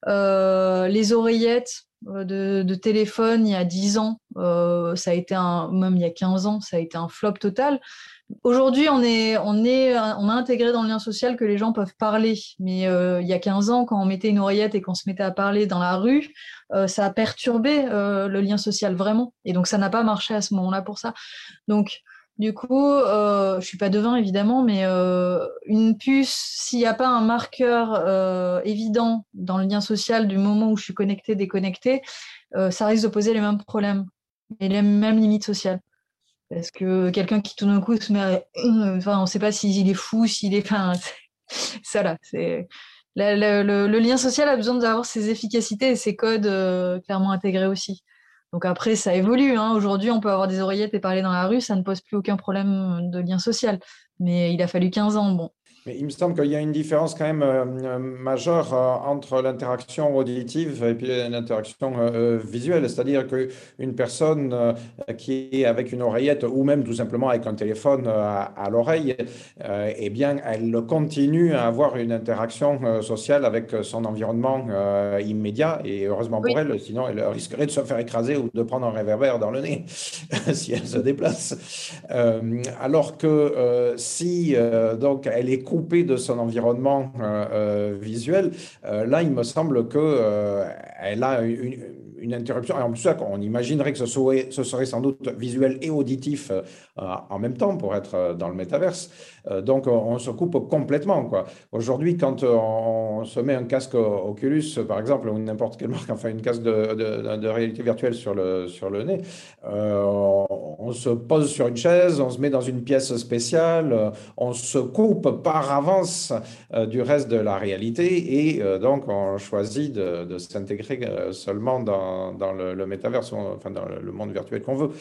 Euh, les oreillettes euh, de, de téléphone, il y a dix ans, euh, ça a été un, même il y a quinze ans, ça a été un flop total. Aujourd'hui, on est, on est, on a intégré dans le lien social que les gens peuvent parler. Mais euh, il y a quinze ans, quand on mettait une oreillette et qu'on se mettait à parler dans la rue, euh, ça a perturbé euh, le lien social vraiment. Et donc, ça n'a pas marché à ce moment-là pour ça. Donc, du coup, euh, je suis pas devin évidemment, mais euh, une puce, s'il n'y a pas un marqueur euh, évident dans le lien social du moment où je suis connectée, déconnectée, euh, ça risque de poser les mêmes problèmes et les mêmes limites sociales. Parce que quelqu'un qui tout d'un coup se met à... Enfin, on ne sait pas s'il est fou, s'il est... Enfin, c'est- ça là, c'est... La- la- le, le lien social a besoin d'avoir ses efficacités et ses codes euh, clairement intégrés aussi. Donc après, ça évolue, hein. Aujourd'hui, on peut avoir des oreillettes et parler dans la rue, ça ne pose plus aucun problème de lien social. Mais il a fallu quinze ans, bon. Mais il me semble qu'il y a une différence quand même euh, majeure euh, entre l'interaction auditive et puis l'interaction euh, visuelle. C'est-à-dire qu'une personne euh, qui est avec une oreillette ou même tout simplement avec un téléphone euh, à, à l'oreille, euh, eh bien, elle continue à avoir une interaction euh, sociale avec son environnement euh, immédiat. Et heureusement Oui, pour elle, sinon elle risquerait de se faire écraser ou de prendre un réverbère dans le nez si elle se déplace. Euh, alors que euh, si euh, donc elle est coupée de son environnement euh, euh, visuel, euh, là il me semble que euh, elle a une, une interruption. Et en plus, on imaginerait que ce serait, ce serait sans doute visuel et auditif euh, en même temps pour être dans le métaverse. Euh, donc on se coupe complètement, quoi. Aujourd'hui, quand on, on se met un casque Oculus, par exemple, ou n'importe quelle marque, enfin une casque de, de, de réalité virtuelle sur le, sur le nez, euh, on, on se pose sur une chaise, on se met dans une pièce spéciale, euh, on se coupe par avance euh, du reste de la réalité et euh, donc on choisit de, de s'intégrer euh, seulement dans, dans le, le métaverse, enfin dans le, le monde virtuel qu'on veut.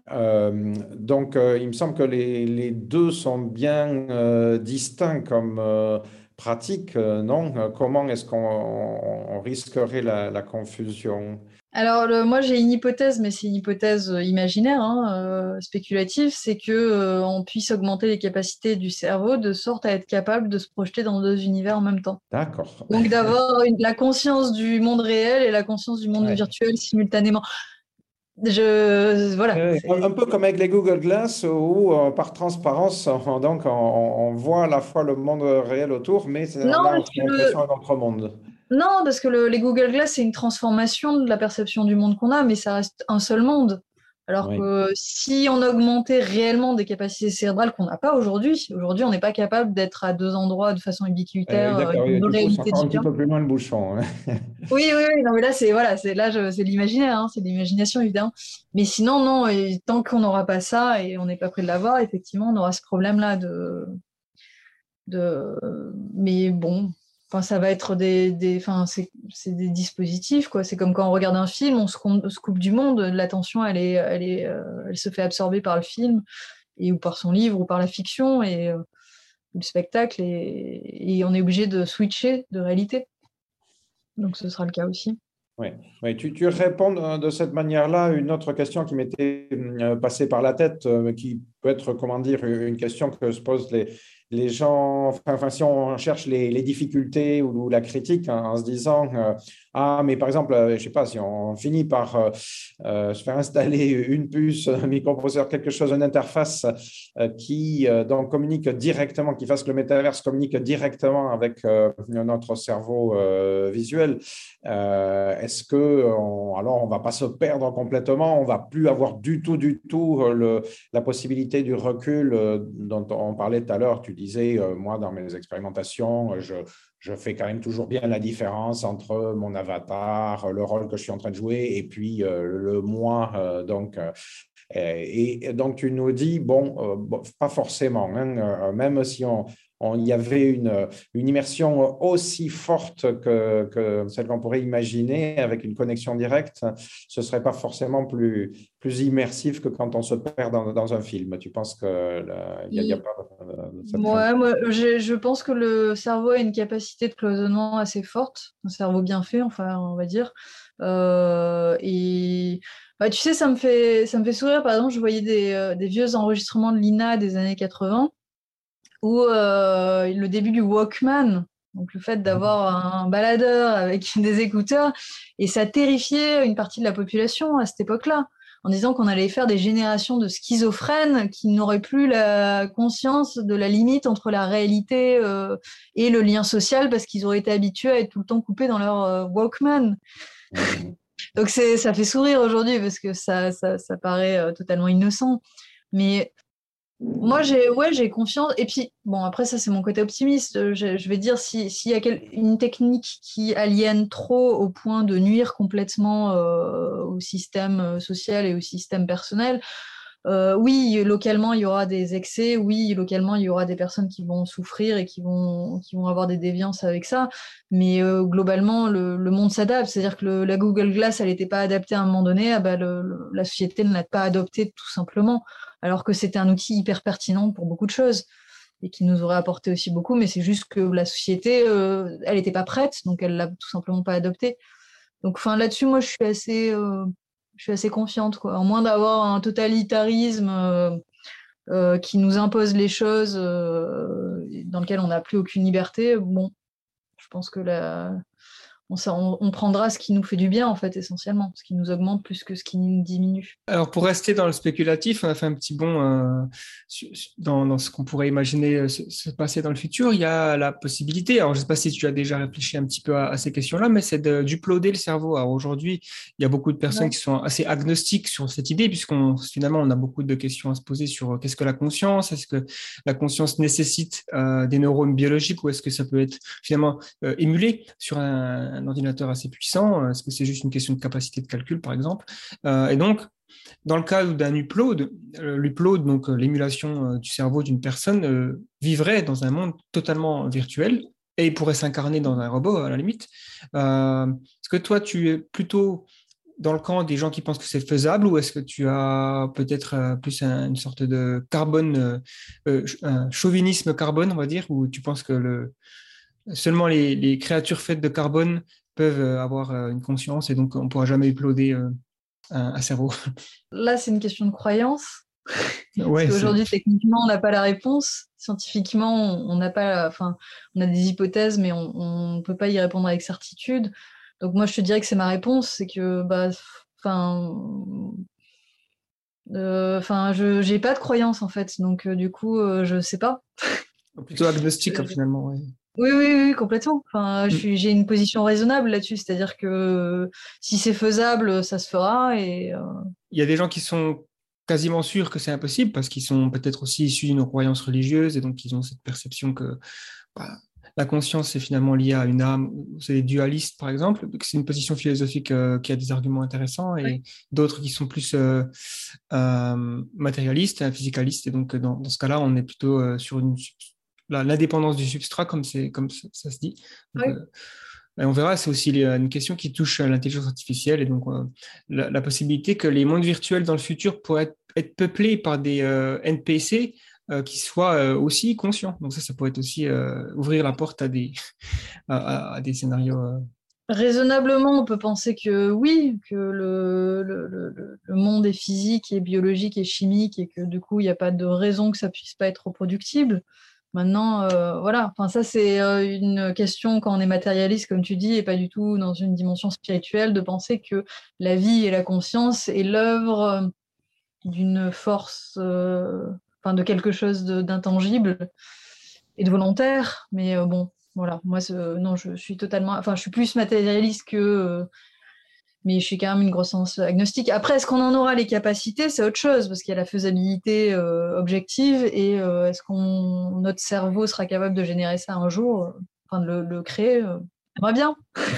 Euh, donc euh, il me semble que les, les deux sont bien euh, distincts comme euh, pratique, euh, non? Euh, Comment est-ce qu'on on- on risquerait la, la confusion? alors, le- moi j'ai une hypothèse, mais c'est une hypothèse euh, imaginaire, hein, euh, spéculative, c'est que euh, on puisse augmenter les capacités du cerveau de sorte à être capable de se projeter dans deux univers en même temps. D'accord. Donc d'avoir une- la conscience du monde réel et la conscience du monde Ouais. virtuel simultanément. Je, voilà. Euh, Un c'est- un peu comme avec les Google Glass où euh, par transparence, on, donc on, on voit à la fois le monde réel autour, mais c'est- Non, on a parce aussi que le, l'impression d'un autre monde. non, parce que le- les Google Glass, c'est une transformation de la perception du monde qu'on a, mais ça reste un seul monde. Alors Oui. que si on augmentait réellement des capacités cérébrales qu'on n'a pas aujourd'hui, aujourd'hui, on n'est pas capable d'être à deux endroits de façon Euh, oui, ubiquitaire, euh, d'accord, dans oui, deux tu pousses réalités encore un petit différentes. peu plus loin le bouchon, hein. Oui, oui, oui, non, mais là, c'est voilà, c'est là, je- c'est de l'imaginaire, hein, c'est de l'imagination, évidemment. Mais sinon, non, et tant qu'on n'aura pas ça et on n'est pas prêt de l'avoir, effectivement, on aura ce problème-là de, de. Mais bon. Enfin, ça va être des, des, enfin, c'est, c'est des dispositifs, quoi. C'est comme quand on regarde un film, on se, on se coupe du monde, l'attention, elle est, elle est, euh, elle se fait absorber par le film et ou par son livre ou par la fiction et euh, le spectacle et, et on est obligé de switcher de réalité. Donc, ce sera le cas aussi. Oui, oui. Tu, tu réponds de, de cette manière-là à une autre question qui m'était euh, passée par la tête, euh, qui peut être, comment dire, une question que se posent les, les gens, enfin, enfin, si on cherche les, les difficultés ou, ou la critique hein, en se disant, euh, ah, mais par exemple, euh, je ne sais pas, si on finit par euh, euh, se faire installer une puce, un microprocesseur, quelque chose, une interface euh, qui euh, donc communique directement, qui fasse que le métaverse communique directement avec euh, notre cerveau euh, visuel, euh, est-ce que on, alors on va pas se perdre complètement, on va plus avoir du tout, du tout le, la possibilité du recul euh, dont on parlait tout à l'heure. Tu disais, euh, moi, dans mes expérimentations, je, je fais quand même toujours bien la différence entre mon avatar, le rôle que je suis en train de jouer, et puis euh, le moi. Euh, donc, euh, et, et donc, tu nous dis, bon, euh, bon pas forcément, hein, euh, même si on, on, il y avait une, une immersion aussi forte que, que celle qu'on pourrait imaginer avec une connexion directe, ce ne serait pas forcément plus, plus immersif que quand on se perd dans, dans un film. Tu penses qu'il n'y a, a pas de cette Ouais, moi, je, je pense que le cerveau a une capacité de cloisonnement assez forte, un cerveau bien fait, enfin, on va dire. Euh, et bah, tu sais, ça me fait, ça me fait sourire. Par exemple, je voyais des, euh, des vieux enregistrements de l'I N A des années quatre-vingts, où euh, le début du Walkman, donc le fait d'avoir un baladeur avec des écouteurs, et ça terrifiait une partie de la population à cette époque-là, en disant qu'on allait faire des générations de schizophrènes qui n'auraient plus la conscience de la limite entre la réalité euh, et le lien social parce qu'ils auraient été habitués à être tout le temps coupés dans leur euh, Walkman. Donc c'est, ça fait sourire aujourd'hui parce que ça, ça, ça paraît euh, totalement innocent. Mais moi, j'ai, ouais, j'ai confiance. Et puis, bon, après, ça, c'est mon côté optimiste. Je, je vais dire, si, s'il y a quel, une technique qui aliène trop au point de nuire complètement euh, au système social et au système personnel, euh, oui, localement, il y aura des excès. Oui, localement, il y aura des personnes qui vont souffrir et qui vont, qui vont avoir des déviances avec ça. Mais euh, globalement, le, le monde s'adapte. C'est-à-dire que le, la Google Glass, elle n'était pas adaptée à un moment donné. Ah bah, le, le, la société ne l'a pas adoptée tout simplement. Alors que c'était un outil hyper pertinent pour beaucoup de choses et qui nous aurait apporté aussi beaucoup. Mais c'est juste que la société, euh, elle n'était pas prête, donc elle l'a tout simplement pas adopté. Donc, enfin, là-dessus, moi, je suis assez... Euh, je suis assez confiante, quoi. En moins d'avoir un totalitarisme euh, euh, qui nous impose les choses euh, dans lequel on n'a plus aucune liberté, bon, je pense que la, on, on, on prendra ce qui nous fait du bien, en fait, essentiellement, ce qui nous augmente plus que ce qui nous diminue. Alors, pour rester dans le spéculatif, on a fait un petit bond euh, dans, dans ce qu'on pourrait imaginer se, se passer dans le futur. Il y a la possibilité, alors je ne sais pas si tu as déjà réfléchi un petit peu à, à ces questions-là, mais c'est de, d'uploader le cerveau. Alors aujourd'hui, il y a beaucoup de personnes ouais. qui sont assez agnostiques sur cette idée, puisqu'on finalement, on a beaucoup de questions à se poser sur qu'est-ce que la conscience, est-ce que la conscience nécessite euh, des neurones biologiques ou est-ce que ça peut être finalement euh, émulé sur un, un ordinateur assez puissant? Est-ce que c'est juste une question de capacité de calcul, par exemple? euh, Et donc, dans le cas d'un upload, euh, l'upload, donc euh, l'émulation euh, du cerveau d'une personne, euh, vivrait dans un monde totalement virtuel et il pourrait s'incarner dans un robot à la limite. Euh, est-ce que toi, tu es plutôt dans le camp des gens qui pensent que c'est faisable ou est-ce que tu as peut-être euh, plus un, une sorte de carbone, euh, un chauvinisme carbone, on va dire, où tu penses que le, seulement les, les créatures faites de carbone peuvent avoir euh, une conscience et donc on ne pourra jamais uploader euh, un, un cerveau? Là, c'est une question de croyance. Ouais, parce qu'aujourd'hui, c'est... techniquement, on n'a pas la réponse. Scientifiquement, on n'a pas, enfin, on a des hypothèses, mais on ne peut pas y répondre avec certitude. Donc moi, je te dirais que c'est ma réponse, c'est que, bah, enfin, enfin, euh, je j'ai pas de croyance en fait, donc euh, du coup, euh, je sais pas. Plutôt agnostique je... hein, finalement. Ouais. Oui, oui, oui, complètement. Enfin, je suis, j'ai une position raisonnable là-dessus, c'est-à-dire que si c'est faisable, ça se fera. Et euh... il y a des gens qui sont quasiment sûrs que c'est impossible parce qu'ils sont peut-être aussi issus d'une croyance religieuse et donc ils ont cette perception que bah, la conscience est finalement liée à une âme. C'est des dualistes par exemple. Donc, c'est une position philosophique euh, qui a des arguments intéressants et oui. d'autres qui sont plus euh, euh, matérialistes, physicalistes. Et donc dans, dans ce cas-là, on est plutôt euh, sur une la, l'indépendance du substrat, comme, c'est, comme ça, ça se dit. Donc, Oui. euh, et on verra, c'est aussi les- une question qui touche à l'intelligence artificielle et donc euh, la, la possibilité que les mondes virtuels dans le futur pourraient être, être peuplés par des euh, N P C euh, qui soient euh, aussi conscients. Donc ça, ça pourrait être aussi euh, ouvrir la porte à des, à, à- à des scénarios. euh. Raisonnablement, on peut penser que oui, que le, le, le- le monde est physique et biologique et chimique et que du coup, il n'y a pas de raison que ça puisse pas être reproductible. Maintenant, euh, voilà, enfin, ça c'est euh, une question quand on est matérialiste, comme tu dis, et pas du tout dans une dimension spirituelle, de penser que la vie et la conscience est l'œuvre euh, d'une force, euh, enfin de quelque chose de- d'intangible et de volontaire. Mais euh, bon, voilà, moi, ce- non, je suis totalement, enfin, je suis plus matérialiste que, euh, mais je suis quand même une grosse sens agnostique. Après, est-ce qu'on en aura les capacités? C'est autre chose, parce qu'il y a la faisabilité euh, objective, et euh, est-ce qu'on notre cerveau sera capable de générer ça un jour, euh, enfin de le, le créer, euh, j'aimerais bien.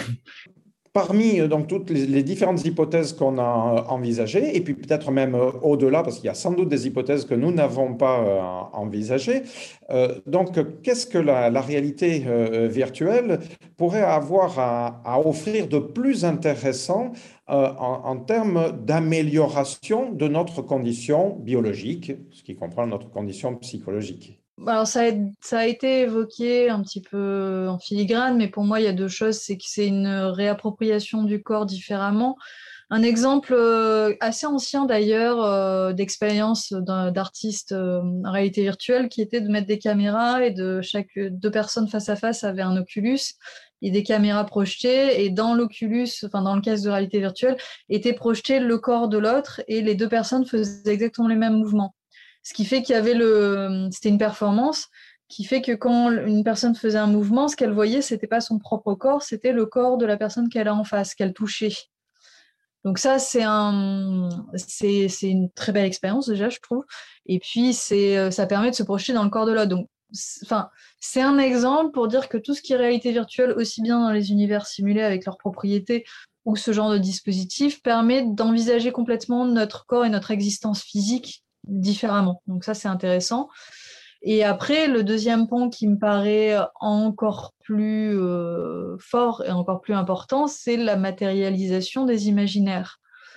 Parmi euh, donc, toutes les, les différentes hypothèses qu'on a euh, envisagées, et puis peut-être même euh, au-delà, parce qu'il y a sans doute des hypothèses que nous n'avons pas euh, envisagées, euh, donc qu'est-ce que la, la réalité euh, virtuelle pourrait avoir à, à offrir de plus intéressant euh, en, en termes d'amélioration de notre condition biologique, ce qui comprend notre condition psychologique? Alors ça a, ça a été évoqué un petit peu en filigrane, mais pour moi il y a deux choses, c'est que c'est une réappropriation du corps différemment. Un exemple euh, assez ancien d'ailleurs euh, d'expérience d'un- d'artistes euh, en réalité virtuelle qui était de mettre des caméras et de chaque deux personnes face à face avaient un Oculus et des caméras projetées et dans l'Oculus, enfin dans le casque de réalité virtuelle, était projeté le corps de l'autre et les deux personnes faisaient exactement les mêmes mouvements. Ce qui fait qu'il y avait le, c'était une performance qui fait que quand une personne faisait un mouvement, ce qu'elle voyait, c'était pas son propre corps, c'était le corps de la personne qu'elle a en face, qu'elle touchait. Donc ça, c'est un, c'est, c'est une très belle expérience déjà, je trouve. Et puis c'est, ça permet de se projeter dans le corps de l'autre. Donc, c'est- enfin, c'est un exemple pour dire que tout ce qui est réalité virtuelle, aussi bien dans les univers simulés avec leurs propriétés ou ce genre de dispositif, permet d'envisager complètement notre corps et notre existence physique différemment. Donc ça, c'est intéressant. Et après, le deuxième point qui me paraît encore plus euh, fort et encore plus important, c'est la matérialisation des imaginaires.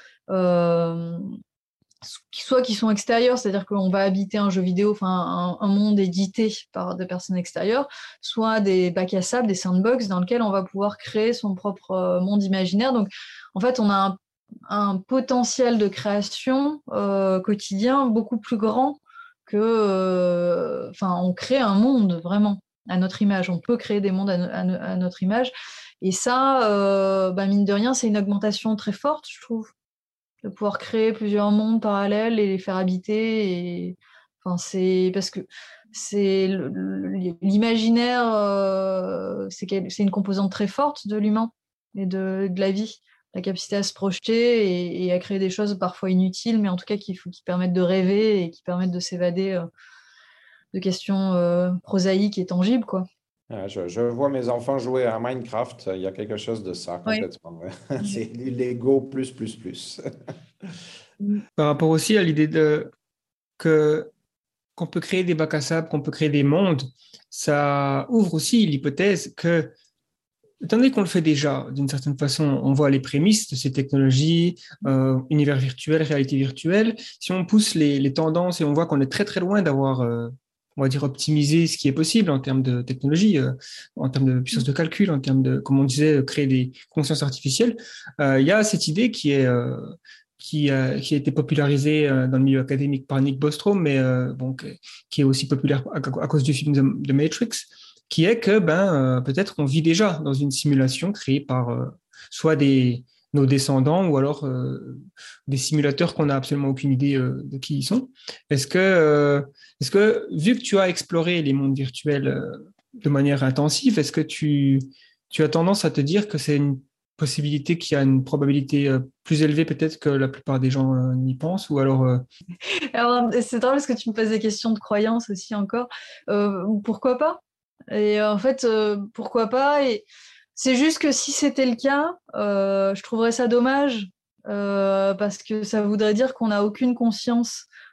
Euh, soit qui sont extérieurs, c'est-à-dire qu'on va habiter un jeu vidéo, enfin un, un monde édité par des personnes extérieures, soit des bacs à sable, des sandbox dans lesquels on va pouvoir créer son propre euh, monde imaginaire. Donc, en fait, on a un, un potentiel de création euh, quotidien beaucoup plus grand que, euh, enfin, on crée un monde vraiment à notre image. On peut créer des mondes à, no- à no- à notre image. Et ça, euh, bah, mine de rien, c'est une augmentation très forte, je trouve, de pouvoir créer plusieurs mondes parallèles et les faire habiter. Et enfin, c'est parce que c'est le- le- l'imaginaire, euh, c'est quel- c'est une composante très forte de l'humain et de, de la vie. La capacité à se projeter et, et à créer des choses parfois inutiles, mais en tout cas qui, qui permettent de rêver et qui permettent de s'évader euh, de questions euh, prosaïques et tangibles, quoi. Ah, Je, je vois mes enfants jouer à Minecraft, il y a quelque chose de ça Oui. complètement. Ouais. C'est du Lego plus, plus, plus. Par rapport aussi à l'idée de, que, qu'on peut créer des bacs à sable, qu'on peut créer des mondes, ça ouvre aussi l'hypothèse que, étant donné qu'on le fait déjà, d'une certaine façon, on voit les prémices de ces technologies, euh, univers virtuel, réalité virtuelle. Si on pousse les, les tendances et on voit qu'on est très très loin d'avoir, euh, on va dire, optimisé ce qui est possible en termes de technologie, euh, en termes de puissance de calcul, en termes de, comme on disait, créer des consciences artificielles, euh, il y a cette idée qui est, euh, qui, a, qui a été popularisée euh, dans le milieu académique par Nick Bostrom, mais euh, bon, qui est aussi populaire à, à cause du film de, de Matrix, qui est que ben, euh, peut-être qu'on vit déjà dans une simulation créée par euh, soit des, nos descendants ou alors euh, des simulateurs qu'on n'a absolument aucune idée euh, de qui ils sont. Est-ce que, euh, est-ce que, vu que tu as exploré les mondes virtuels euh, de manière intensive, est-ce que tu, tu as tendance à te dire que c'est une possibilité qui a une probabilité euh, plus élevée peut-être que la plupart des gens euh, n'y pensent ou alors euh... Alors, c'est drôle parce que tu me poses des questions de croyance aussi encore. Euh, pourquoi pas? Et euh, en fait, euh, pourquoi pas? Et c'est juste que si c'était le cas, euh, je trouverais ça dommage euh, parce que ça voudrait dire qu'on n'a aucune conscience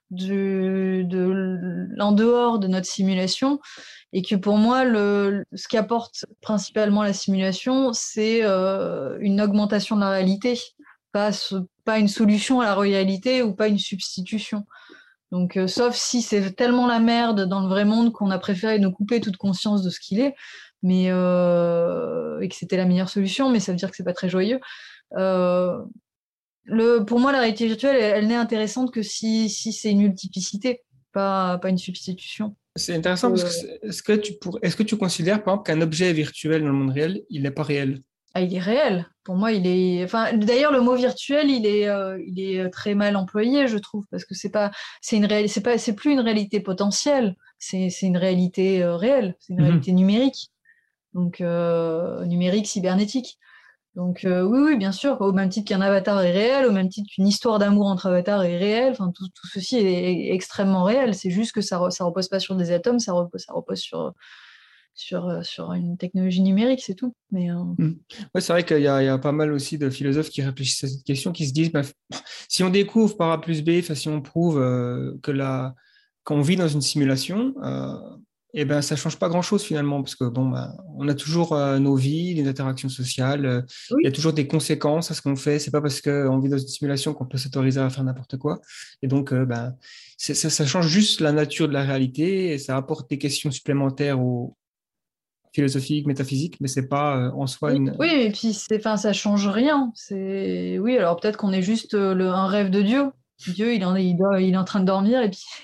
du, de l'en dehors de notre simulation, et que pour moi, le, ce qu'apporte principalement la simulation, c'est euh, une augmentation de la réalité, pas, pas une solution à la réalité ou pas une substitution. Donc, euh, sauf si c'est tellement la merde dans le vrai monde qu'on a préféré nous couper toute conscience de ce qu'il est, mais euh, et que c'était la meilleure solution, mais ça veut dire que c'est pas très joyeux. Euh, le, pour moi, la réalité virtuelle, elle, elle n'est intéressante que si, si c'est une multiplicité, pas, pas une substitution. C'est intéressant Euh, parce que c'est- est-ce que tu pour... est-ce que tu considères par exemple qu'un objet virtuel dans le monde réel, il n'est pas réel? Ah, il est réel. Pour moi, il est. Enfin, d'ailleurs, le mot virtuel, il est, euh, il est très mal employé, je trouve, parce que c'est pas, c'est une réalité, c'est pas, c'est plus une réalité potentielle. C'est, c'est une réalité euh, réelle. C'est une Mhm. réalité numérique. Donc euh, numérique, cybernétique. Donc euh, oui, oui, bien sûr. Au même titre qu'un avatar est réel, au même titre qu'une histoire d'amour entre avatars est réelle. Enfin, tout, tout ceci est, est extrêmement réel. C'est juste que ça, re- ça repose pas sur des atomes, ça repose, ça repose sur sur sur une technologie numérique, c'est tout. Mais euh, Mhm. Ouais, c'est vrai qu'il y a, il y a pas mal aussi de philosophes qui réfléchissent à cette question, qui se disent, bah, si on découvre par A plus B, enfin, si on prouve euh, que la, qu'on vit dans une simulation, euh, eh ben, ça change pas grand-chose finalement, parce que bon, bah, on a toujours euh, nos vies, les interactions sociales, euh, il y a oui. toujours des conséquences à ce qu'on fait. C'est pas parce qu'on vit dans une simulation qu'on peut s'autoriser à faire n'importe quoi. Et donc, euh, ben, c'est- ça, ça change juste la nature de la réalité et ça apporte des questions supplémentaires au philosophiques, métaphysiques, mais c'est pas euh, en soi Oui, une. oui, et puis c'est, enfin, ça change rien. C'est, oui, alors peut-être qu'on est juste euh, le, un rêve de Dieu. Dieu, il en est, il, doit- il est en train de dormir et puis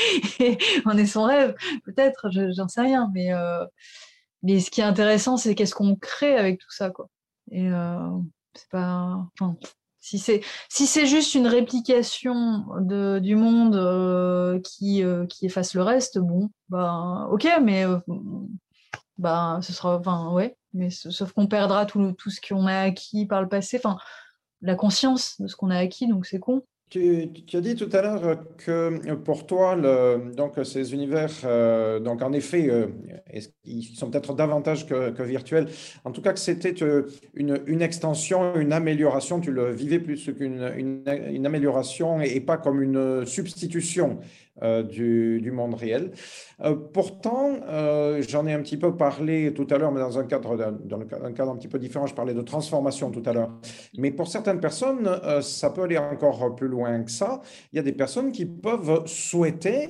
on est son rêve. Peut-être, je- j'en sais rien. Mais, euh, mais ce qui est intéressant, c'est qu'est-ce qu'on crée avec tout ça, quoi. Et euh, c'est pas, enfin, si c'est, si c'est juste une réplication de, du monde euh, qui, euh, qui efface le reste, bon, ben, ok, mais euh, bah, ce sera, enfin, ouais, mais sauf qu'on perdra tout, tout ce qu'on a acquis par le passé, enfin, la conscience de ce qu'on a acquis, donc c'est con. Tu, tu as dit tout à l'heure que pour toi, le- donc ces univers, euh, donc en effet, euh, est-ce qu'ils sont peut-être davantage que, que virtuels. En tout cas, que c'était euh, une, une extension, une amélioration. Tu le vivais plus qu'une une, une amélioration et, et pas comme une substitution euh, du, du monde réel. Euh, pourtant, euh, j'en ai un petit peu parlé tout à l'heure, mais dans un cadre, dans un cadre un petit peu différent. Je parlais de transformation tout à l'heure. Mais pour certaines personnes, euh, ça peut aller encore plus loin que ça. Il y a des personnes qui peuvent souhaiter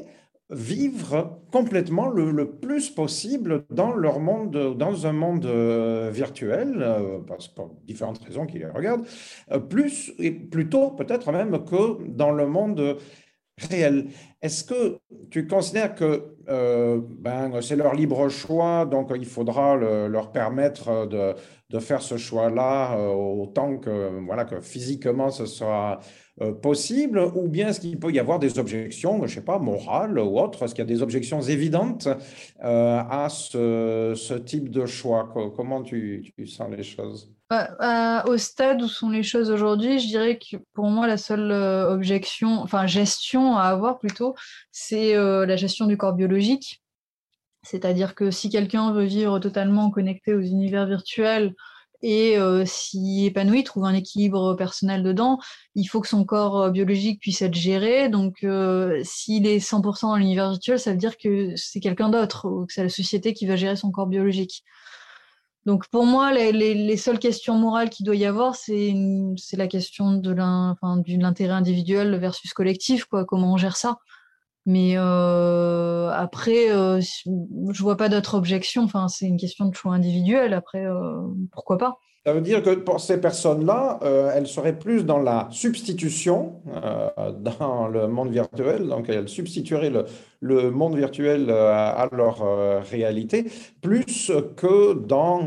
vivre complètement le, le plus possible dans leur monde, dans un monde euh, virtuel, euh, parce que pour différentes raisons qui les regardent, euh, plus et plutôt peut-être même que dans le monde réel. Est-ce que tu considères que euh, ben, c'est leur libre choix, donc il faudra le- leur permettre de, de faire ce choix-là euh, autant que, voilà, que physiquement ce soit euh, possible, ou bien est-ce qu'il peut y avoir des objections, je ne sais pas, morales ou autres, est-ce qu'il y a des objections évidentes euh, à ce, ce type de choix? Co- Comment tu, tu sens les choses? Bah, euh, au stade où sont les choses aujourd'hui, je dirais que pour moi, la seule euh, objection, enfin gestion à avoir plutôt, c'est euh, la gestion du corps biologique. C'est-à-dire que si quelqu'un veut vivre totalement connecté aux univers virtuels et euh, s'y épanouit, trouve un équilibre personnel dedans, il faut que son corps euh, biologique puisse être géré. Donc, euh, s'il est cent pour cent dans l'univers virtuel, ça veut dire que c'est quelqu'un d'autre ou que c'est la société qui va gérer son corps biologique. Donc, pour moi, les, les, les seules questions morales qu'il doit y avoir, c'est une- c'est la question de l'in- enfin, de l'intérêt individuel versus collectif, quoi. Comment on gère ça? Mais euh, après, euh, je vois pas d'autres objections. Enfin, c'est une question de choix individuel. Après, euh, pourquoi pas? Ça veut dire que pour ces personnes-là, euh, elles seraient plus dans la substitution euh, dans le monde virtuel. Donc, elles substitueraient le, le monde virtuel euh, à leur euh, réalité, plus que dans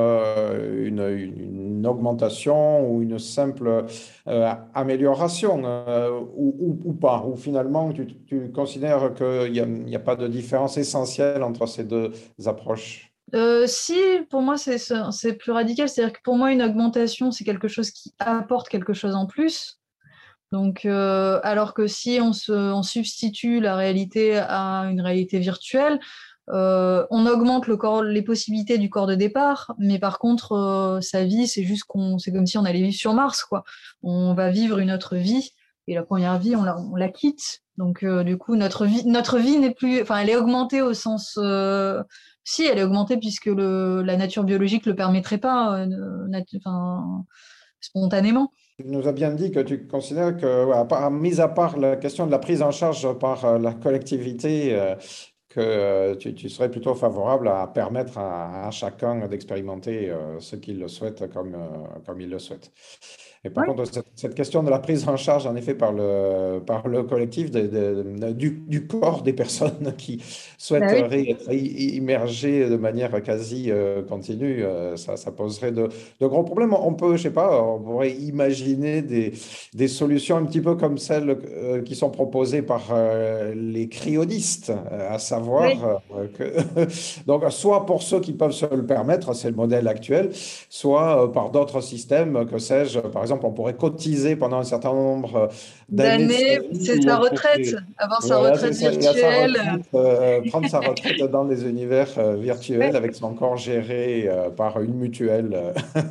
euh, une, une augmentation ou une simple euh, amélioration, euh, ou, ou- ou pas. Ou finalement, tu, tu considères qu'il n'y a, il y a pas de différence essentielle entre ces deux approches. Euh, si, pour moi, c'est c'est c'est plus radical. C'est-à-dire que pour moi, une augmentation, c'est quelque chose qui apporte quelque chose en plus. Donc, euh, alors que si on se, on substitue la réalité à une réalité virtuelle, euh, on augmente le corps, les possibilités du corps de départ, mais par contre, euh, sa vie, c'est juste qu'on, c'est comme si on allait vivre sur Mars, quoi. On va vivre une autre vie, et la première vie, on la, on la quitte. Donc, euh, du coup, notre vie, notre vie n'est plus, enfin, elle est augmentée au sens, euh, si, elle est augmentée puisque le, la nature biologique le permettrait pas, euh, nat- enfin, spontanément. Tu nous as bien dit que tu considères que, ouais, à part- mis à part la question de la prise en charge par euh, la collectivité, euh, que euh, tu, tu serais plutôt favorable à permettre à, à chacun d'expérimenter euh, ce qu'il le souhaite comme, euh, comme il le souhaite. Et par Oui, contre, cette, cette question de la prise en charge, en effet, par le, par le collectif de- de- du, du corps des personnes qui bah oui. souhaiteraient être i- immergées de manière quasi euh, continue, euh, ça, ça poserait de, de gros problèmes. On peut, je sais pas, on pourrait imaginer des, des solutions un petit peu comme celles euh, qui sont proposées par euh, les cryodistes, euh, à Oui. savoir euh, que, donc, soit pour ceux qui peuvent se le permettre, c'est le modèle actuel, soit euh, par d'autres systèmes, que sais-je, par exemple, on pourrait cotiser pendant un certain nombre d'années de sa D'années, vie c'est où sa on retraite, pourrait, avoir sa voilà, c'est retraite ça, il a sa virtuelle. retraite, euh, prendre sa retraite dans des univers euh, virtuels Ouais. avec son corps géré euh, par une mutuelle euh,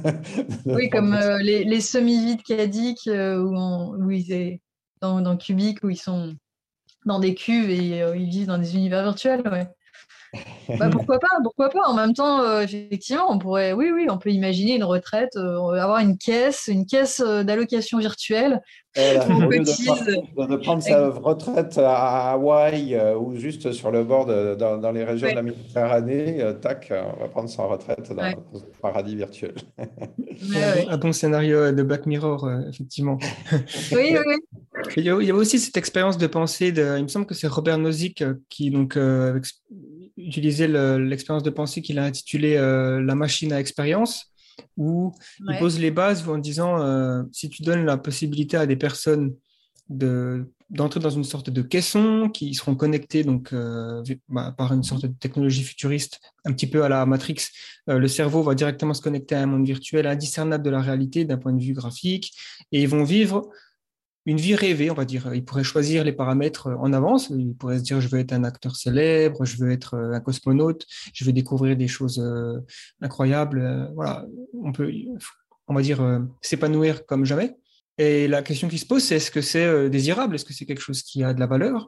de Oui, comme protection. euh, les, les semi-vides cadiques euh, où, on- où ils est dans, dans Cubic, où ils sont dans des cuves et euh, ils vivent dans des univers virtuels. Ouais. Bah, pourquoi pas, pourquoi pas. En même temps, euh, effectivement, on pourrait, oui, oui, on peut imaginer une retraite, euh, avoir une caisse, une caisse euh, d'allocation virtuelle Voilà, où on au lieu de cotise. partir, de de prendre avec- sa retraite à Hawaï euh, ou juste sur le bord de, dans, dans les régions de Ouais, la Méditerranée, euh, tac, euh, on va prendre sa retraite dans, ouais, dans un paradis virtuel. Un ouais, bon, ouais. un bon scénario de Black Mirror, euh, effectivement. Oui, oui, oui. Il y a il y a aussi cette expérience de pensée, de, il me semble que c'est Robert Nozick euh, qui donc, euh, ex- utilisait le- l'expérience de pensée qu'il a intitulée euh, La machine à expérience, où il Ouais. pose les bases en disant euh, si tu donnes la possibilité à des personnes de, d'entrer dans une sorte de caisson qui seront connectés donc, euh, bah, par une sorte de technologie futuriste, un petit peu à la Matrix, euh, le cerveau va directement se connecter à un monde virtuel indiscernable de la réalité d'un point de vue graphique, et ils vont vivre une vie rêvée, on va dire. Il pourrait choisir les paramètres en avance. Il pourrait se dire, je veux être un acteur célèbre, je veux être un cosmonaute, je veux découvrir des choses euh, incroyables. Euh, voilà, on peut, on va dire, euh, s'épanouir comme jamais. Et la question qui se pose, c'est est-ce que c'est euh, désirable? Est-ce que c'est quelque chose qui a de la valeur?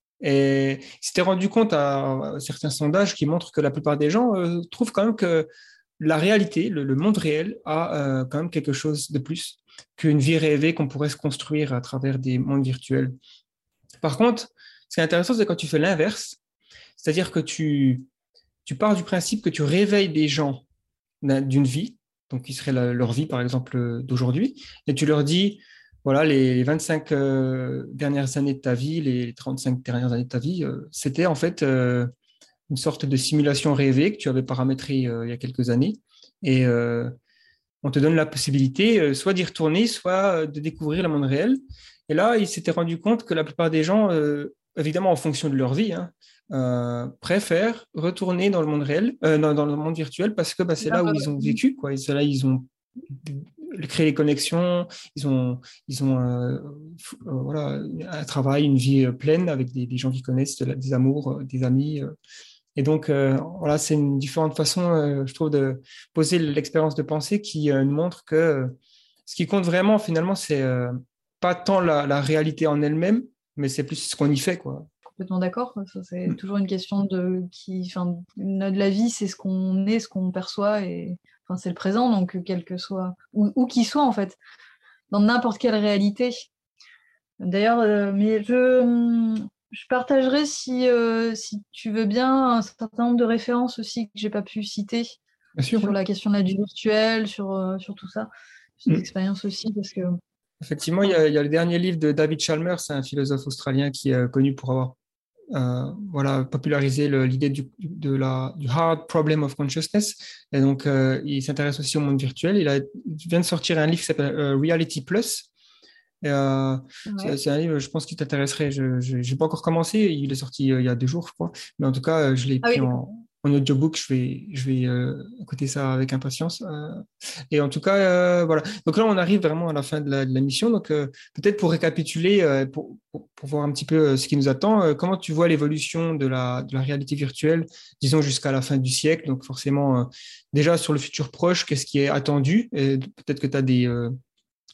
Et il s'était rendu compte à, à certains sondages qui montrent que la plupart des gens euh, trouvent quand même que la réalité, le, le monde réel, a euh, quand même quelque chose de plus qu'une vie rêvée qu'on pourrait se construire à travers des mondes virtuels. Par contre, ce qui est intéressant, c'est quand tu fais l'inverse, c'est-à-dire que tu, tu pars du principe que tu réveilles des gens d'une vie, donc qui serait la, leur vie, par exemple, d'aujourd'hui, et tu leur dis, voilà, les vingt-cinq euh, dernières années de ta vie, les trente-cinq dernières années de ta vie, euh, c'était en fait euh, une sorte de simulation rêvée que tu avais paramétrée euh, il y a quelques années. Et euh, on te donne la possibilité euh, soit d'y retourner, soit euh, de découvrir le monde réel. Et là, il s'était rendu compte que la plupart des gens, euh, évidemment en fonction de leur vie, hein, euh, préfèrent retourner dans le monde réel, euh, dans, dans le monde virtuel, parce que bah, c'est Ah là où bah, ils ont vécu, quoi. Et c'est là où ils ont créé les connexions, ils ont, ils ont euh, f- euh, voilà, un travail, une vie euh, pleine avec des, des gens qui connaissent, de la- des amours, euh, des amis. euh. Et donc, euh, voilà, c'est une différente façon, euh, je trouve, de poser l'expérience de pensée qui euh, nous montre que euh, ce qui compte vraiment, finalement, c'est euh, pas tant la, la réalité en elle-même, mais c'est plus ce qu'on y fait, quoi. complètement d'accord. Ça, c'est Mm. toujours une question de qui, enfin, de la vie, c'est ce qu'on est, ce qu'on perçoit, et enfin, c'est le présent, donc quel que soit, où, où qu'il soit en fait, dans n'importe quelle réalité. D'ailleurs, euh, mais je, je partagerai si, euh, si tu veux bien un certain nombre de références aussi que j'ai pas pu citer Bien sûr, sur oui. la question de la vie virtuelle, sur, euh, sur tout ça, sur des Mm. expériences aussi, parce que Effectivement, il y, a, il y a le dernier livre de David Chalmers, c'est un philosophe australien qui est euh, connu pour avoir euh, voilà, popularisé le- l'idée du, de la, du hard problem of consciousness. Et donc, euh, il s'intéresse aussi au monde virtuel. Il, a, il vient de sortir un livre qui s'appelle euh, Reality Plus. Et, euh, c'est ouais. c'est un livre, je pense, qui t'intéresserait. Je n'ai pas encore commencé. Il est sorti euh, il y a deux jours, je crois. Mais en tout cas, euh, je l'ai Ah oui, pris d'accord. en, en audiobook. Je vais, je vais euh, écouter ça avec impatience. Euh, et en tout cas, euh, voilà. Donc là, on arrive vraiment à la fin de la, de la mission. Donc, euh, peut-être pour récapituler, euh, pour, pour, pour voir un petit peu euh, ce qui nous attend, euh, comment tu vois l'évolution de la, de la réalité virtuelle, disons jusqu'à la fin du siècle. Donc, forcément, euh, déjà sur le futur proche, qu'est-ce qui est attendu? Et peut-être que tu as des, euh,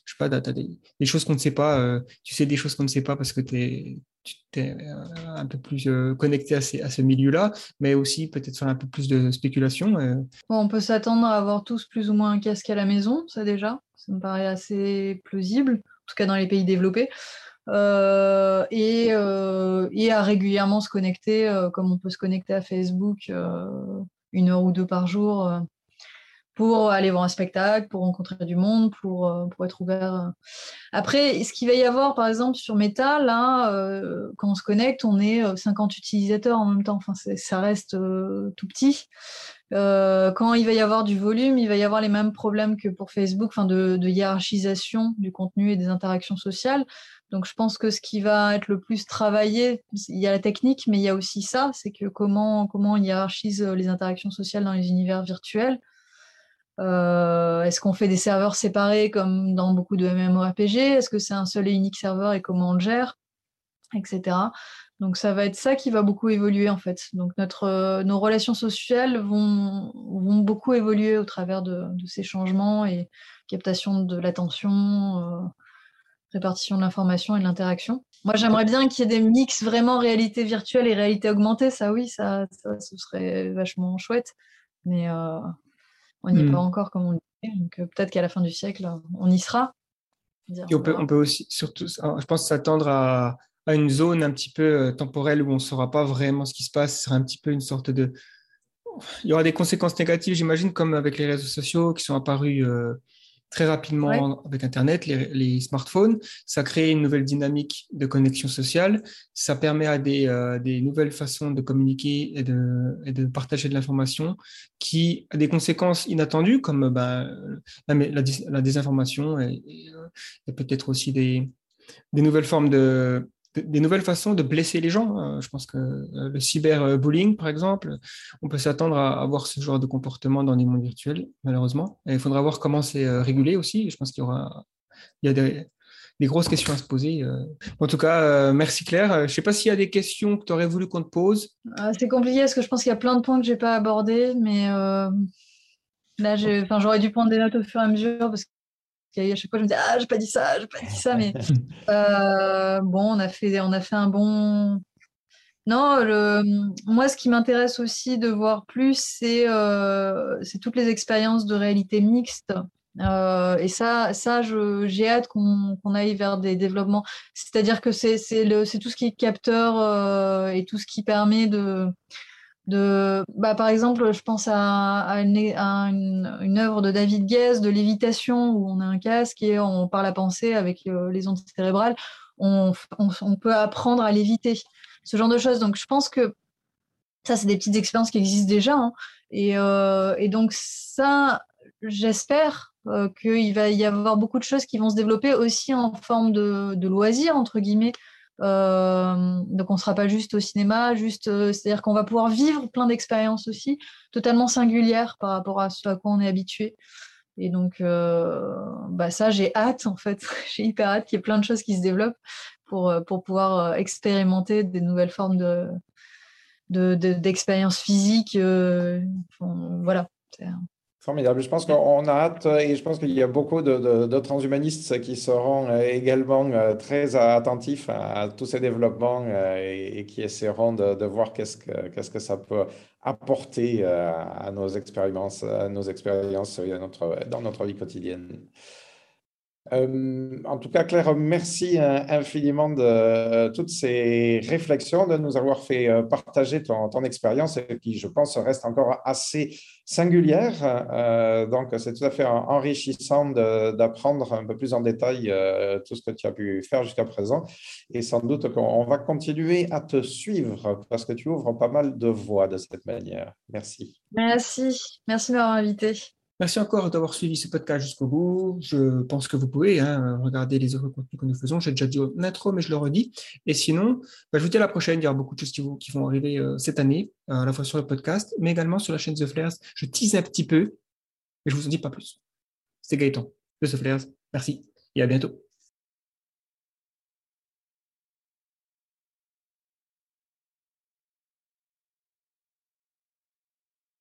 je sais pas, tu as des, des choses qu'on ne sait pas, euh, tu sais des choses qu'on ne sait pas parce que t'es, tu es un peu plus euh, connecté à, ces, à ce milieu-là, mais aussi peut-être faire un peu plus de spéculation. Euh. Bon, on peut s'attendre à avoir tous plus ou moins un casque à la maison, ça déjà, ça me paraît assez plausible, en tout cas dans les pays développés. Euh, et, euh, et à régulièrement se connecter, euh, comme on peut se connecter à Facebook euh, une heure ou deux par jour, euh, pour aller voir un spectacle, pour rencontrer du monde, pour, euh, pour être ouvert. Après, ce qu'il va y avoir, par exemple, sur Meta, là, euh, quand on se connecte, on est cinquante utilisateurs en même temps. Enfin, ça reste euh, tout petit. Euh, quand il va y avoir du volume, il va y avoir les mêmes problèmes que pour Facebook, enfin de, de hiérarchisation du contenu et des interactions sociales. Donc je pense que ce qui va être le plus travaillé, il y a la technique, mais il y a aussi ça, c'est que comment, comment on hiérarchise les interactions sociales dans les univers virtuels. Euh, est-ce qu'on fait des serveurs séparés comme dans beaucoup de MMORPG? Est-ce que c'est un seul et unique serveur et comment on le gère, et cetera. Donc ça va être ça qui va beaucoup évoluer en fait. Donc notre, euh, nos relations sociales vont, vont beaucoup évoluer au travers de, de ces changements et captation de l'attention, euh, répartition de l'information et de l'interaction. Moi j'aimerais bien qu'il y ait des mix vraiment réalité virtuelle et réalité augmentée. Ça oui, ça, ça ce serait vachement chouette. Mais euh, on n'y est Mm. pas encore comme on le dit. Donc euh, peut-être qu'à la fin du siècle, on y sera. Et on peut, on peut aussi, surtout, je pense, s'attendre à, à une zone un petit peu euh, temporelle où on ne saura pas vraiment ce qui se passe. Ce sera un petit peu une sorte de... Il y aura des conséquences négatives, j'imagine, comme avec les réseaux sociaux qui sont apparus euh, très rapidement Ouais. avec Internet, les, les smartphones. Ça crée une nouvelle dynamique de connexion sociale. Ça permet à des, euh, des nouvelles façons de communiquer et de, et de partager de l'information qui a des conséquences inattendues, comme ben, la, la, la désinformation et, et, euh, et peut-être aussi des, des nouvelles formes de, de- des nouvelles façons de blesser les gens. Euh, Je pense que euh, le cyberbullying, par exemple, on peut s'attendre à avoir ce genre de comportement dans les mondes virtuels, malheureusement. Et il faudra voir comment c'est euh, régulé aussi. Je pense qu'il y aura, il y a des, des grosses questions à se poser. euh. En tout cas, euh, merci Claire. Euh, Je ne sais pas s'il y a des questions que tu aurais voulu qu'on te pose. Ah, c'est compliqué parce que je pense qu'il y a plein de points que j'ai pas abordés, mais euh, là, j'ai, enfin, j'aurais dû prendre des notes au fur et à mesure parce qu'à chaque fois, je me dis ah, j'ai pas dit ça, j'ai pas dit ça, mais euh, bon, on a fait, on a fait un bon. Non, le, moi, ce qui m'intéresse aussi de voir plus, c'est euh, c'est toutes les expériences de réalité mixte. Euh, et ça, ça je, j'ai hâte qu'on qu'on aille vers des développements. C'est-à-dire que c'est c'est le, c'est tout ce qui est capteur euh, et tout ce qui permet de de, bah, par exemple, je pense à, à, une, à une, une œuvre de David Guez de lévitation où on a un casque et on parle à penser avec euh, les ondes cérébrales. On, on, on peut apprendre à léviter, ce genre de choses. Donc, je pense que ça, c'est des petites expériences qui existent déjà. Hein. Et, euh, et donc, ça, j'espère euh, qu'il va y avoir beaucoup de choses qui vont se développer aussi en forme de, de loisirs, entre guillemets. Euh, donc on ne sera pas juste au cinéma, juste, euh, c'est-à-dire qu'on va pouvoir vivre plein d'expériences aussi, totalement singulières par rapport à ce à quoi on est habitué. Et donc euh, bah ça, j'ai hâte en fait, j'ai hyper hâte qu'il y ait plein de choses qui se développent pour, pour pouvoir expérimenter des nouvelles formes de, de, de, d'expériences physiques. Euh, enfin, voilà. Formidable. Je pense qu'on a hâte et je pense qu'il y a beaucoup de, de, de transhumanistes qui seront également très attentifs à tous ces développements et, et qui essaieront de, de voir qu'est-ce que, qu'est-ce que ça peut apporter à nos expériences, à nos expériences dans notre, dans notre vie quotidienne. Euh, en tout cas, Claire, merci infiniment de euh, toutes ces réflexions, de nous avoir fait euh, partager ton, ton expérience et qui, je pense, reste encore assez singulière. Euh, donc, c'est tout à fait enrichissant d'apprendre un peu plus en détail euh, tout ce que tu as pu faire jusqu'à présent. Et sans doute qu'on va continuer à te suivre parce que tu ouvres pas mal de voies de cette manière. Merci. Merci. Merci de m'avoir invité. Merci encore d'avoir suivi ce podcast jusqu'au bout. Je pense que vous pouvez hein, regarder les autres contenus que nous faisons. J'ai déjà dit en intro, mais je le redis. Et sinon, bah, je vous dis à la prochaine. Il y aura beaucoup de choses qui vont, qui vont arriver euh, cette année, euh, à la fois sur le podcast, mais également sur la chaîne The Flares. Je tease un petit peu, mais je vous en dis pas plus. C'était Gaëtan de The Flares. Merci et à bientôt.